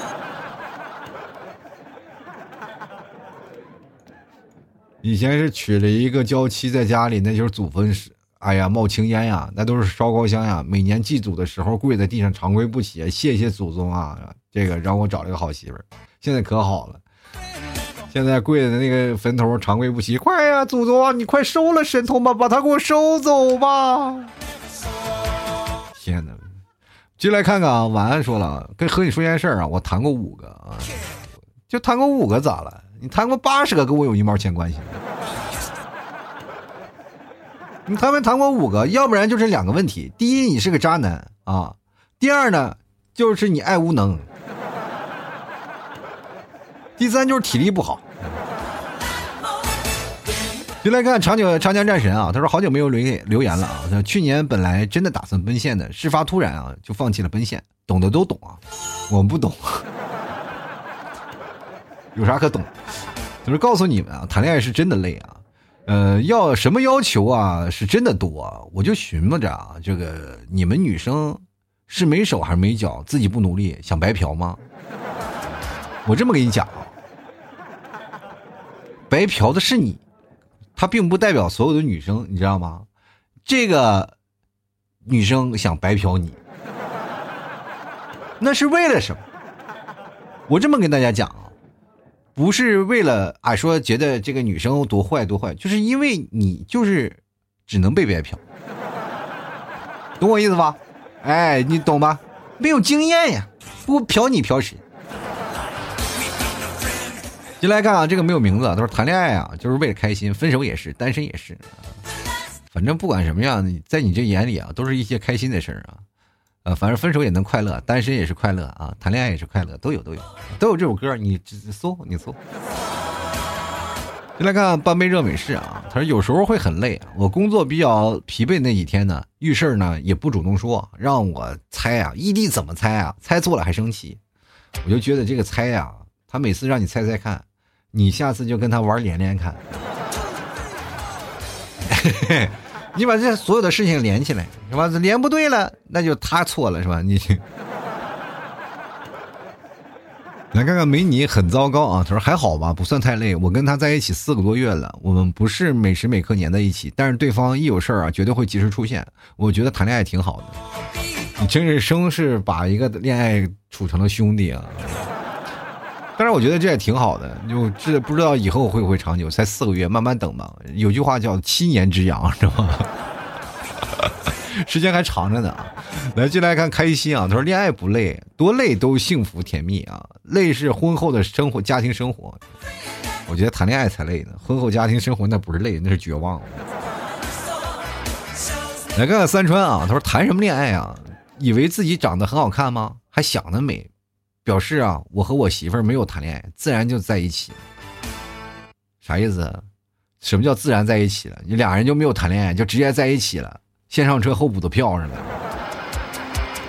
以前是娶了一个娇妻在家里，那就是祖坟，哎呀冒青烟呀，那都是烧高香呀。每年祭祖的时候跪在地上长跪不起，谢谢祖宗啊，这个让我找了个好媳妇儿。现在可好了，现在跪的那个坟头长跪不起，快呀祖宗啊，你快收了神童吧，把他给我收走吧。天哪，就来看看啊，晚安说了，和你说件事啊，我谈过5个啊，就谈过5个咋了？你谈过80个跟我有1毛钱关系？你谈过5个，要不然就是2个问题：第一，你是个渣男啊；第二呢，就是你爱无能；第三就是体力不好。就来看长江战神啊，他说好久没有留言了啊。他去年本来真的打算奔现的，事发突然啊，就放弃了奔现。懂的都懂啊，我们不懂。有啥可懂？就是告诉你们啊，谈恋爱是真的累啊。要什么要求啊？是真的多啊。我就寻摸着啊，这个你们女生是没手还是没脚，自己不努力想白嫖吗？我这么跟你讲啊，白嫖的是你，它并不代表所有的女生，你知道吗？这个女生想白嫖你，那是为了什么？我这么跟大家讲啊。不是为了说觉得这个女生多坏，就是因为你就是只能被白嫖，懂我意思吧？你懂吧？没有经验呀，不嫖你嫖谁？进来看啊，这个没有名字，他说谈恋爱啊就是为了开心，分手也是，单身也是，反正不管什么样，在你这眼里啊，都是一些开心的事儿啊。反正分手也能快乐，单身也是快乐啊，谈恋爱也是快乐，都有这首歌，你搜。就来看半杯热美式啊，他说有时候会很累，我工作比较疲惫那几天呢，遇事呢也不主动说，让我猜啊，异地怎么猜啊？猜错了还生气，我就觉得这个猜啊，他每次让你猜猜看，你下次就跟他玩连连看。你把这所有的事情连起来是吧？连不对了，那就他错了是吧？你来看看梅尼很糟糕啊，他说还好吧，不算太累。我跟他在一起4个多月了，我们不是每时每刻黏在一起，但是对方一有事啊，绝对会及时出现。我觉得谈恋爱挺好的。你真是生是把一个恋爱处成了兄弟啊！当然我觉得这也挺好的，就不知道以后会不会长久，才4个月，慢慢等吧。有句话叫7年之痒，知道吗？时间还长着呢啊！来，进来看开心啊，他说恋爱不累，多累都幸福甜蜜啊，累是婚后的生活，家庭生活。我觉得谈恋爱才累呢，婚后家庭生活那不是累，那是绝望。来看看三川啊，他说谈什么恋爱啊？以为自己长得很好看吗？还想得美。表示啊，我和我媳妇儿没有谈恋爱，自然就在一起。啥意思？什么叫自然在一起了？你俩人就没有谈恋爱，就直接在一起了，先上车后补的票似的。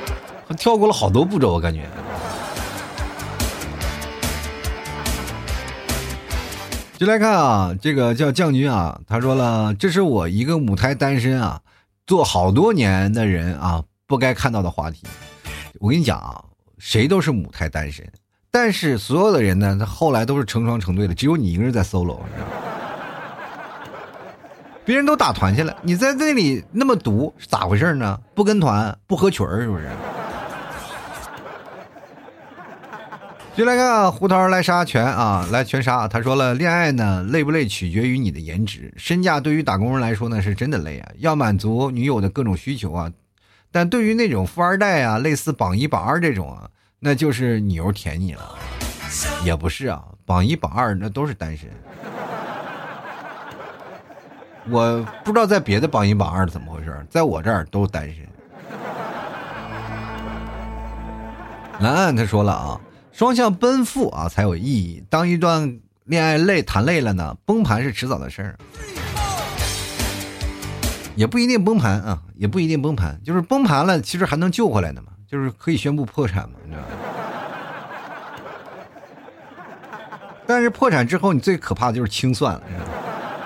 跳过了好多步骤，我感觉。就来看啊，这个叫将军啊，他说了，这是我一个母胎单身啊，做好多年的人啊，不该看到的话题。我跟你讲啊，谁都是母胎单身，但是所有的人呢，他后来都是成双成对的，只有你一个人在 solo， 你知道吗？别人都打团去了，你在这里那么独，是咋回事呢？不跟团，不合群是不是？就来看胡桃来杀拳啊，来拳杀。他说了，恋爱呢累不累取决于你的颜值，身价对于打工人来说呢是真的累啊，要满足女友的各种需求啊。但对于那种富二代啊，类似榜一榜二这种啊，那就是女友舔你了。也不是啊，榜一榜二那都是单身。我不知道在别的榜一榜二怎么回事，在我这儿都单身。蓝岸他说了啊，双向奔赴啊才有意义。当一段恋爱谈累了呢，崩盘是迟早的事儿。也不一定崩盘啊，也不一定崩盘，就是崩盘了，其实还能救回来的嘛，就是可以宣布破产嘛，你知道吗？但是破产之后，你最可怕的就是清算了，你知道吗？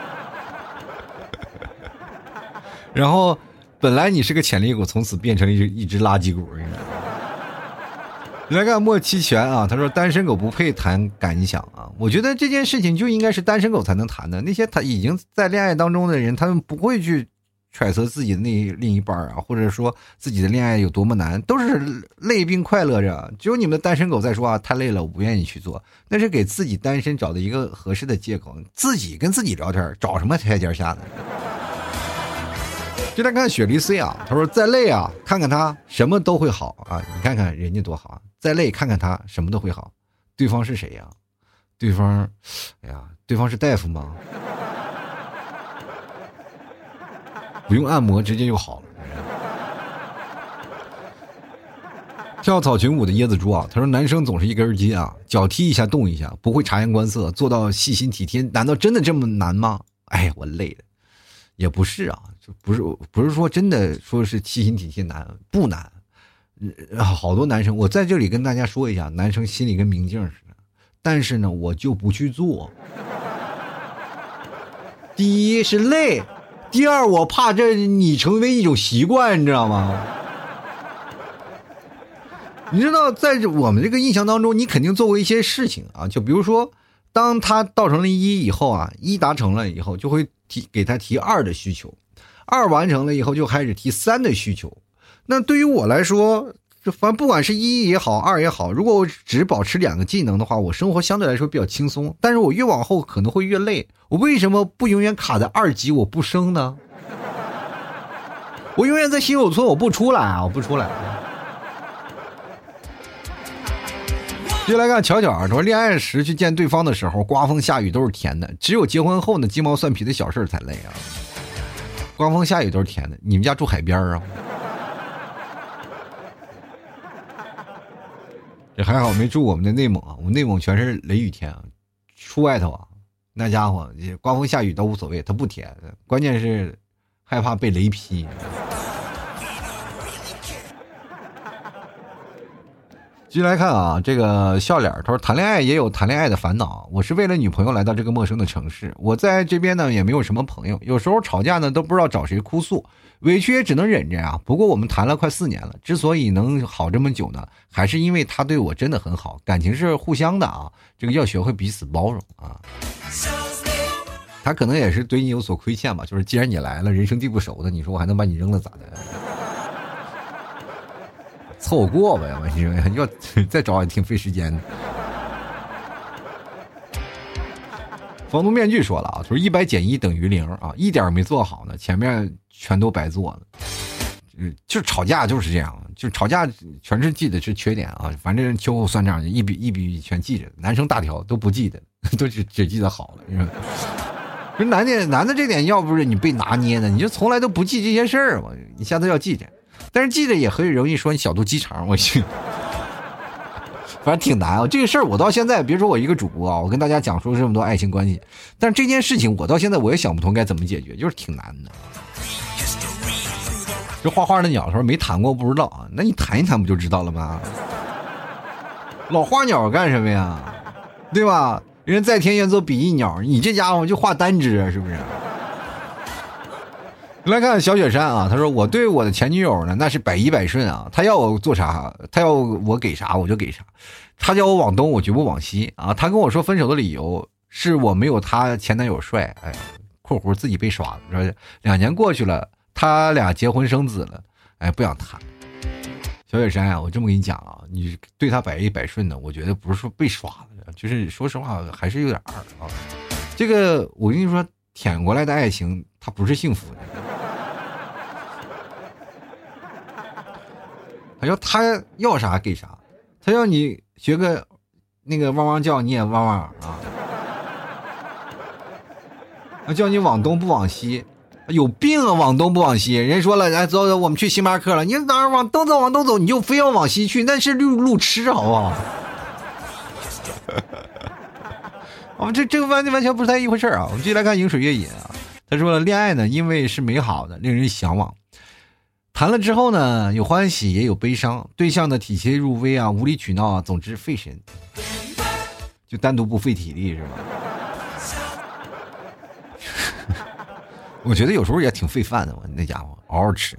然后本来你是个潜力股，从此变成一只垃圾股，你知道吗？你来看莫期权啊，他说单身狗不配谈感想啊。我觉得这件事情就应该是单身狗才能谈的，那些他已经在恋爱当中的人，他们不会去揣测自己的另一半啊，或者说自己的恋爱有多么难，都是累并快乐着。只有你们的单身狗在说啊，太累了，我不愿意去做，那是给自己单身找的一个合适的借口，自己跟自己聊天，找什么台阶下呢？就来看雪梨 C 啊，他说再累啊，看看他什么都会好啊，你看看人家多好啊，再累看看他什么都会好。对方是谁呀？对方，哎呀，对方是大夫吗？不用按摩直接就好了。跳草裙舞的椰子猪啊，他说男生总是一根筋啊，脚踢一下动一下，不会察言观色，做到细心体贴，难道真的这么难吗？哎呀，我累了。也不是啊，就不是说真的说是细心体贴难，不难。好多男生，我在这里跟大家说一下，男生心里跟明镜似的，但是呢，我就不去做。第一是累，第二我怕这你成为一种习惯，你知道吗？你知道，在我们这个印象当中，你肯定做过一些事情啊，就比如说，当他到成了1以后啊，1达成了以后，就会给他提2的需求，2完成了以后就开始提3的需求。那对于我来说，反正不管是1也好，2也好，如果我只保持2个技能的话，我生活相对来说比较轻松。但是我越往后可能会越累。我为什么不永远卡在2级我不升呢？我永远在心有错，我不出来啊，我不出来。接下来看巧巧说，恋爱时去见对方的时候，刮风下雨都是甜的，只有结婚后呢，鸡毛蒜皮的小事才累啊。刮风下雨都是甜的，你们家住海边啊？这还好没住我们的内蒙啊，我们内蒙全是雷雨天啊，出外头啊，那家伙刮风下雨都无所谓，它不甜，关键是害怕被雷劈。继续来看啊，这个笑脸，他说谈恋爱也有谈恋爱的烦恼，我是为了女朋友来到这个陌生的城市，我在这边呢也没有什么朋友，有时候吵架呢都不知道找谁哭诉，委屈也只能忍着呀。不过我们谈了快4年了，之所以能好这么久呢，还是因为他对我真的很好，感情是互相的啊，这个要学会彼此包容啊。他可能也是对你有所亏欠吧，就是既然你来了，人生地不熟的，你说我还能把你扔了咋的？凑合过吧，要再找也挺费时间的。房东面具说了啊，就是100减1等于0啊，一点没做好呢，前面全都白做了。就吵架就是这样，就吵架全是记得是缺点啊，反正秋后算账一笔全记着，男生大条都不记得，都只记得好了，是吧？男的这点要不是你被拿捏的，你就从来都不记这些事儿嘛，你下次要记着。但是记着也很容易说你小肚鸡肠，我去，反正挺难啊。这个事儿我到现在，别说我一个主播啊，我跟大家讲述这么多爱情关系，但是这件事情我到现在我也想不通该怎么解决，就是挺难的。 这画画的鸟，他说没谈过不知道啊，那你谈一谈不就知道了吗？老画鸟干什么呀？对吧？人在天愿做比翼鸟，你这家伙就画单只啊，是不是？来看小雪山啊，他说我对我的前女友呢，那是百依百顺啊，她要我做啥，她要我给啥我就给啥，她叫我往东，我绝不往西啊。她跟我说分手的理由是我没有她前男友帅，哎，括弧自己被耍了。说2年过去了，他俩结婚生子了，哎，不想谈。小雪山啊，我这么跟你讲啊，你对他百依百顺的，我觉得不是说被耍的，就是说实话还是有点二啊。这个我跟你说，舔过来的爱情，它不是幸福的。他要啥给啥，他要你学个那个汪汪叫，你也汪汪啊。叫你往东不往西。有病啊！往东不往西，人说了，哎，走走，我们去星巴克了。你哪儿往东走，往东走，你就非要往西去，那是路痴，好不好？我们这个完全不是太一回事啊！我们继续来看饮水月饮啊，他说了，恋爱呢，因为是美好的，令人向往。谈了之后呢，有欢喜也有悲伤，对象的体贴入微啊，无理取闹啊，总之费神，就单独不费体力是吧？我觉得有时候也挺费饭的，我那家伙嗷嗷吃。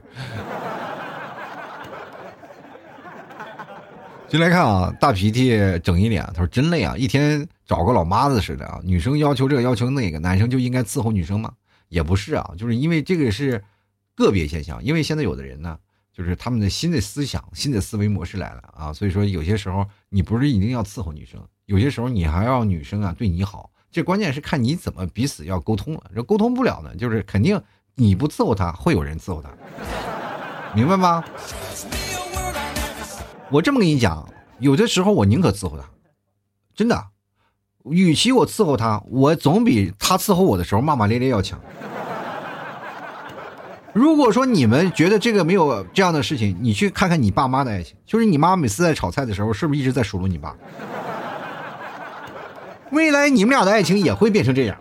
就来看啊，大鼻涕整一脸，他说真累啊，一天找个老妈子似的啊。女生要求这个要求那个，男生就应该伺候女生吗？也不是啊，就是因为这个是个别现象，因为现在有的人呢，就是他们的新的思想、新的思维模式来了啊，所以说有些时候你不是一定要伺候女生，有些时候你还要女生啊对你好。这关键是看你怎么彼此要沟通了，这沟通不了呢，就是肯定你不伺候他，会有人伺候他，明白吗？我这么跟你讲，有的时候我宁可伺候他，真的，与其我伺候他，我总比他伺候我的时候骂骂咧咧要强。如果说你们觉得这个没有这样的事情，你去看看你爸妈的爱情，就是你妈每次在炒菜的时候，是不是一直在数落你爸？未来你们俩的爱情也会变成这样。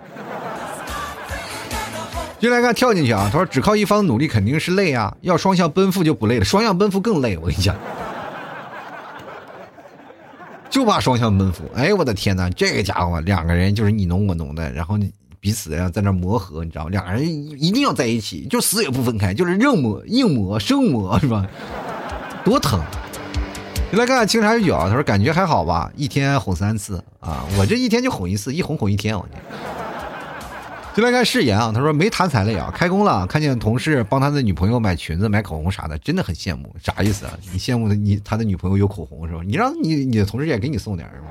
就来看跳进去啊，他说只靠一方努力肯定是累啊，要双向奔赴就不累了，双向奔赴更累，我跟你讲，就怕双向奔赴。哎，我的天哪，这个家伙两个人就是你侬我侬的，然后彼此在那磨合，你知道吗？两个人一定要在一起，就死也不分开，就是硬磨生磨，是吧？多疼。就来看清茶与酒啊，他说感觉还好吧，一天哄3次啊，我这一天就哄1次，一哄一天。我就来看誓言啊，他说没谈才累啊，开工了，看见同事帮他的女朋友买裙子、买口红啥的，真的很羡慕。啥意思啊？你羡慕他的女朋友有口红是吧？你让你的同事也给你送点是吧？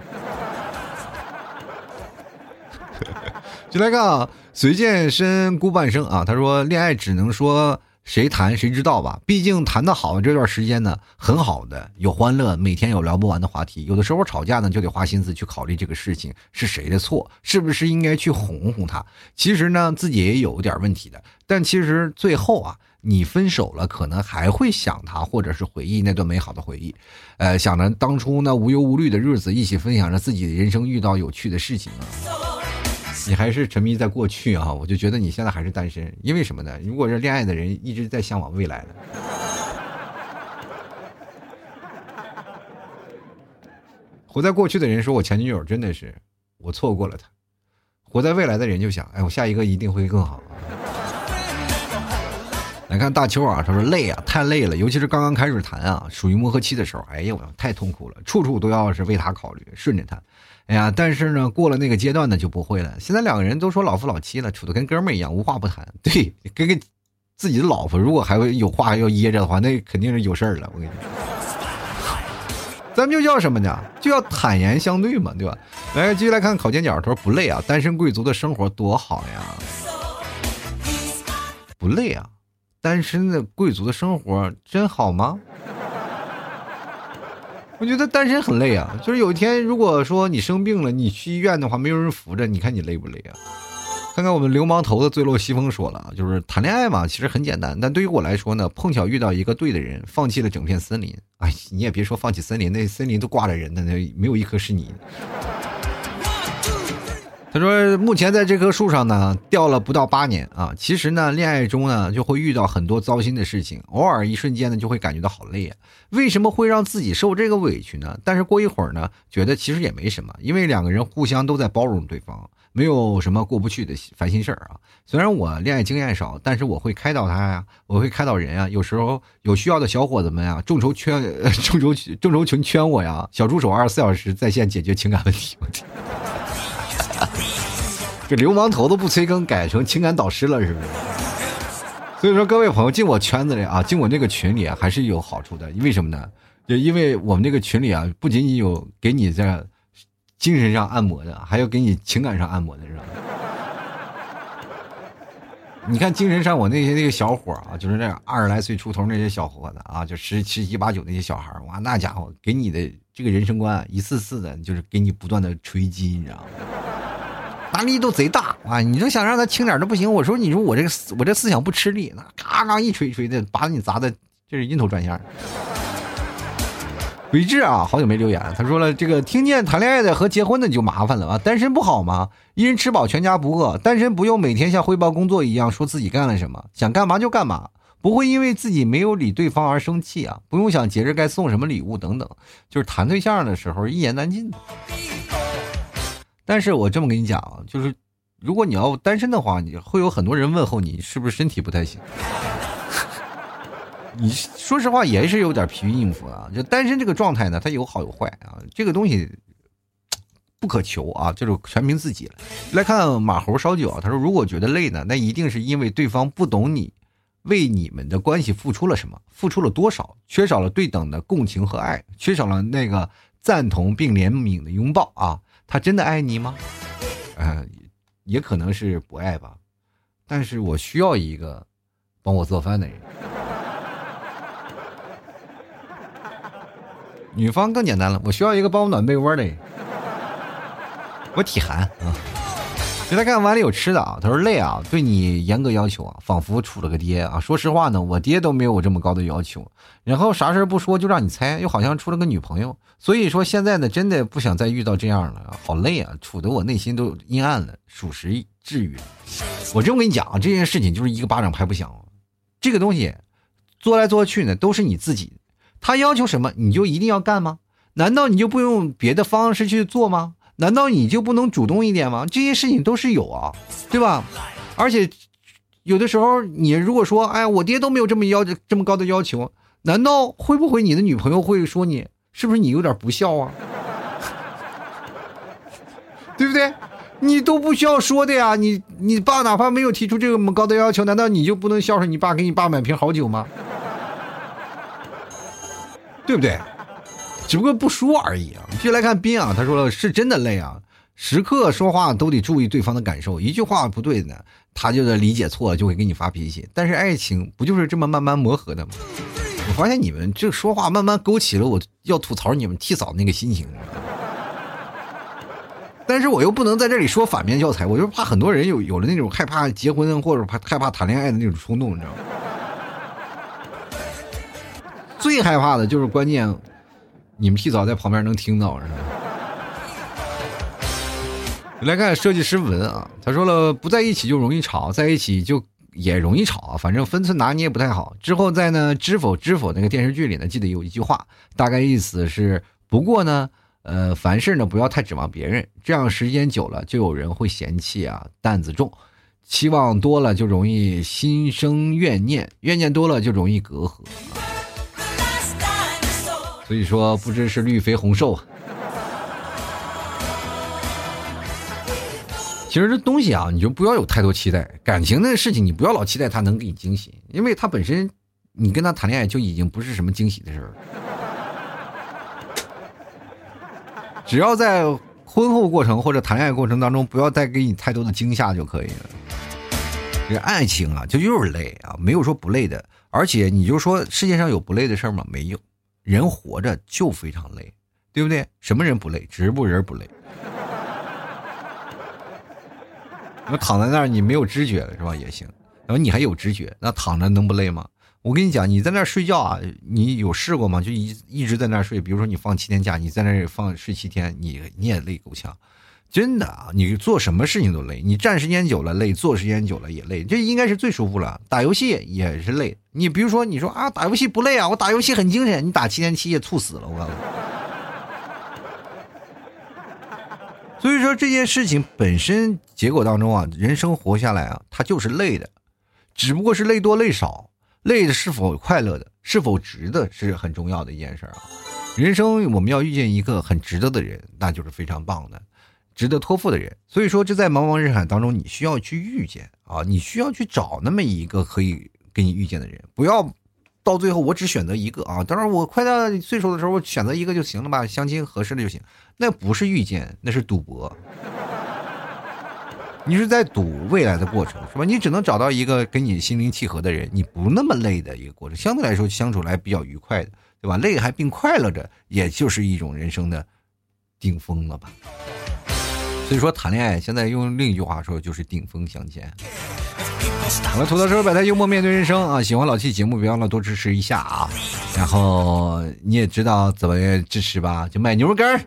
就来看啊，随见身孤半生啊，他说恋爱只能说谁谈谁知道吧，毕竟谈得好这段时间呢很好的，有欢乐，每天有聊不完的话题，有的时候吵架呢就得花心思去考虑这个事情是谁的错，是不是应该去哄哄他，其实呢自己也有点问题的，但其实最后啊你分手了可能还会想他，或者是回忆那段美好的回忆，想着当初呢无忧无虑的日子，一起分享着自己的人生遇到有趣的事情啊。你还是沉迷在过去啊，我就觉得你现在还是单身，因为什么呢？如果是恋爱的人一直在向往未来的，活在过去的人说我前女友真的是我错过了她，活在未来的人就想，哎，我下一个一定会更好。来看大秋啊，他说累啊，太累了，尤其是刚刚开始谈啊，属于磨合期的时候，哎呀，我太痛苦了，处处都要是为他考虑，顺着他。哎呀，但是呢，过了那个阶段呢就不会了。现在两个人都说老夫老妻了，处得跟哥们儿一样，无话不谈。对，跟自己的老婆如果还会有话要掖着的话，那肯定是有事儿了。我跟你说，咱们就叫什么呢？就要坦言相对嘛，对吧？来，继续来看考尖角，他说不累啊，单身贵族的生活多好呀，不累啊，单身的贵族的生活真好吗？我觉得单身很累啊，就是有一天如果说你生病了，你去医院的话没有人扶着，你看你累不累啊？看看我们流氓头子坠落西风说了，就是谈恋爱嘛其实很简单，但对于我来说呢，碰巧遇到一个对的人，放弃了整片森林。哎，你也别说放弃森林，那森林都挂着人的，那没有一棵是你。他他说目前在这棵树上呢吊了不到8年啊，其实呢恋爱中呢就会遇到很多糟心的事情，偶尔一瞬间呢就会感觉到好累啊，为什么会让自己受这个委屈呢？但是过一会儿呢觉得其实也没什么，因为两个人互相都在包容对方，没有什么过不去的烦心事儿啊。虽然我恋爱经验少，但是我会开导他呀，我会开导人啊，有时候有需要的小伙子们呀，众筹群圈我呀，小助手24小时在线解决情感问题。这流氓头都不催更，改成情感导师了，是不是？所以说，各位朋友进我圈子里啊，进我这个群里啊，还是有好处的。为什么呢？就因为我们这个群里啊，不仅仅有给你在精神上按摩的，还有给你情感上按摩的，是吧？你看精神上我那个小伙啊，就是那20来岁出头那些小伙子啊，就17、18、19那些小孩，哇，那家伙给你的这个人生观一次次的，就是给你不断的锤击，你知道吗？压力都贼大啊！你就想让他轻点都不行。我说我这思想不吃力，那嘎嘎一锤的，把你砸的这是晕头转向。伟志啊，好久没留言，他说了，这个听见谈恋爱的和结婚的就麻烦了啊，单身不好吗？一人吃饱全家不饿，单身不用每天像汇报工作一样说自己干了什么，想干嘛就干嘛，不会因为自己没有理对方而生气啊，不用想节日该送什么礼物等等，就是谈对象的时候一言难尽。但是我这么跟你讲啊，就是如果你要单身的话，你会有很多人问候你是不是身体不太行。你说实话也是有点疲于应付啊。就单身这个状态呢，它有好有坏啊，这个东西不可求啊，就是全凭自己了。来看马猴烧酒啊，他说如果觉得累呢，那一定是因为对方不懂你为你们的关系付出了什么，付出了多少，缺少了对等的共情和爱，缺少了那个赞同并怜悯的拥抱啊。他真的爱你吗？也可能是不爱吧，但是我需要一个帮我做饭的人。女方更简单了，我需要一个帮我暖被窝的人。我体寒啊。就他看碗里有吃的啊，他说累啊，对你严格要求啊，仿佛处了个爹啊。说实话呢，我爹都没有我这么高的要求，然后啥事不说就让你猜，又好像出了个女朋友。所以说现在呢，真的不想再遇到这样了，好累啊，处得我内心都阴暗了，属实治愈了。我这么跟你讲啊，这件事情就是一个巴掌拍不响，这个东西做来做去呢，都是你自己，他要求什么你就一定要干吗？难道你就不用别的方式去做吗？难道你就不能主动一点吗？这些事情都是有啊，对吧？而且有的时候你如果说，哎，我爹都没有这么高的要求，难道会不会你的女朋友会说你是不是你有点不孝啊？对不对？你都不需要说的呀，你爸哪怕没有提出这么高的要求，难道你就不能孝顺你爸，给你爸买瓶好酒吗？对不对？只不过不说而已啊。继续来看斌啊，他说了是真的累啊，时刻说话都得注意对方的感受，一句话不对呢，他就理解错了，就会给你发脾气。但是爱情不就是这么慢慢磨合的吗？我发现你们这说话慢慢勾起了我要吐槽你们替嫂那个心情，但是我又不能在这里说反面教材，我就怕很多人有了那种害怕结婚或者害怕谈恋爱的那种冲动，你知道吗？最害怕的就是关键你们替嫂在旁边能听到，是吧？来看设计师文啊，他说了，不在一起就容易吵，在一起就也容易吵啊，反正分寸拿捏不太好。之后在呢知否那个电视剧里呢，记得有一句话，大概意思是，不过呢凡事呢不要太指望别人，这样时间久了就有人会嫌弃啊，担子重，期望多了就容易心生怨念，怨念多了就容易隔阂啊。所以说不知是绿肥红瘦啊。其实这东西啊，你就不要有太多期待，感情的事情你不要老期待他能给你惊喜，因为他本身你跟他谈恋爱就已经不是什么惊喜的事儿了。只要在婚后过程或者谈恋爱过程当中不要带给你太多的惊吓就可以了。这爱情啊就就是累啊，没有说不累的，而且你就说世界上有不累的事吗？没有，人活着就非常累，对不对？什么人不累？植物人不累。那躺在那儿你没有知觉了是吧？也行。然后你还有知觉，那躺着能不累吗？我跟你讲，你在那儿睡觉啊，你有试过吗？就一直在那儿睡，比如说你放7天假，你在那儿睡7天，你也累够呛。 真的啊，你做什么事情都累，你站时间久了累，坐时间久了也累，这应该是最舒服了。打游戏也是累，你比如说你说啊，打游戏不累啊，我打游戏很精神，你打7天7夜猝死了，我告诉你。所以说这件事情本身结果当中啊，人生活下来啊，它就是累的，只不过是累多累少，累的是否快乐的，是否值得是很重要的一件事啊。人生我们要遇见一个很值得的人，那就是非常棒的。值得托付的人，所以说这在茫茫人海当中，你需要去遇见啊，你需要去找那么一个可以跟你遇见的人，不要到最后我只选择一个啊。当然我快到岁数的时候，我选择一个就行了吧，相亲合适的就行，那不是遇见，那是赌博。你是在赌未来的过程，是吧？你只能找到一个跟你心灵契合的人，你不那么累的一个过程，相对来说相处来比较愉快的，对吧？累还并快乐着，也就是一种人生的顶峰了吧。所以说谈恋爱现在用另一句话说就是顶峰相见。我们吐槽社会百态，幽默面对人生啊！喜欢老 T 节目别忘了多支持一下啊！然后你也知道怎么支持吧，就买牛肉干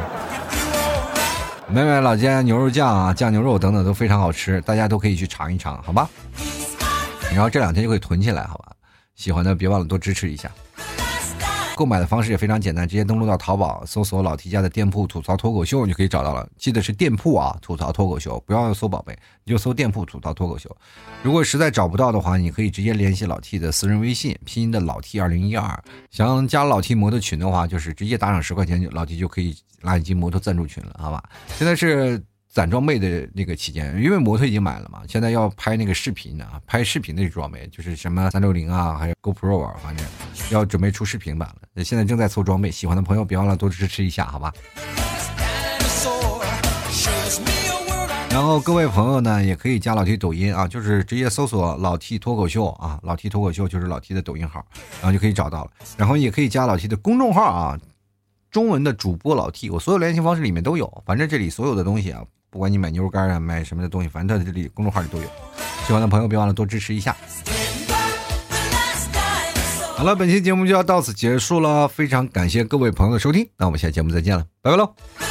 买老家牛肉酱啊，酱牛肉等等都非常好吃，大家都可以去尝一尝，好吧？然后这2天就可以囤起来，好吧？喜欢的别忘了多支持一下。购买的方式也非常简单，直接登录到淘宝，搜索老 T 家的店铺吐槽脱口秀，你就可以找到了。记得是店铺啊，吐槽脱口秀，不要搜宝贝，你就搜店铺吐槽脱口秀。如果实在找不到的话，你可以直接联系老 T 的私人微信，拼音的老 T 2012。想加老 T 摩托群的话，就是直接打赏10块钱，老 T 就可以拉你进摩托赞助群了，好吧？现在是攒装备的那个期间，因为摩托已经买了嘛，现在要拍那个视频啊，拍视频的装备，就是什么360啊，还有 GoPro 啊，反正要准备出视频版了。现在正在凑装备，喜欢的朋友别忘了多支持一下，好吧？然后各位朋友呢，也可以加老 T 抖音啊，就是直接搜索老 T 脱口秀啊，老 T 脱口秀就是老 T 的抖音号，然后就可以找到了。然后也可以加老 T 的公众号啊，中文的主播老 T， 我所有联系方式里面都有，反正这里所有的东西啊，不管你买牛肉干啊，买什么的东西，反正在这里公众号里都有。喜欢的朋友别忘了多支持一下。好了，本期节目就要到此结束了，非常感谢各位朋友的收听，那我们下期节目再见了，拜拜喽。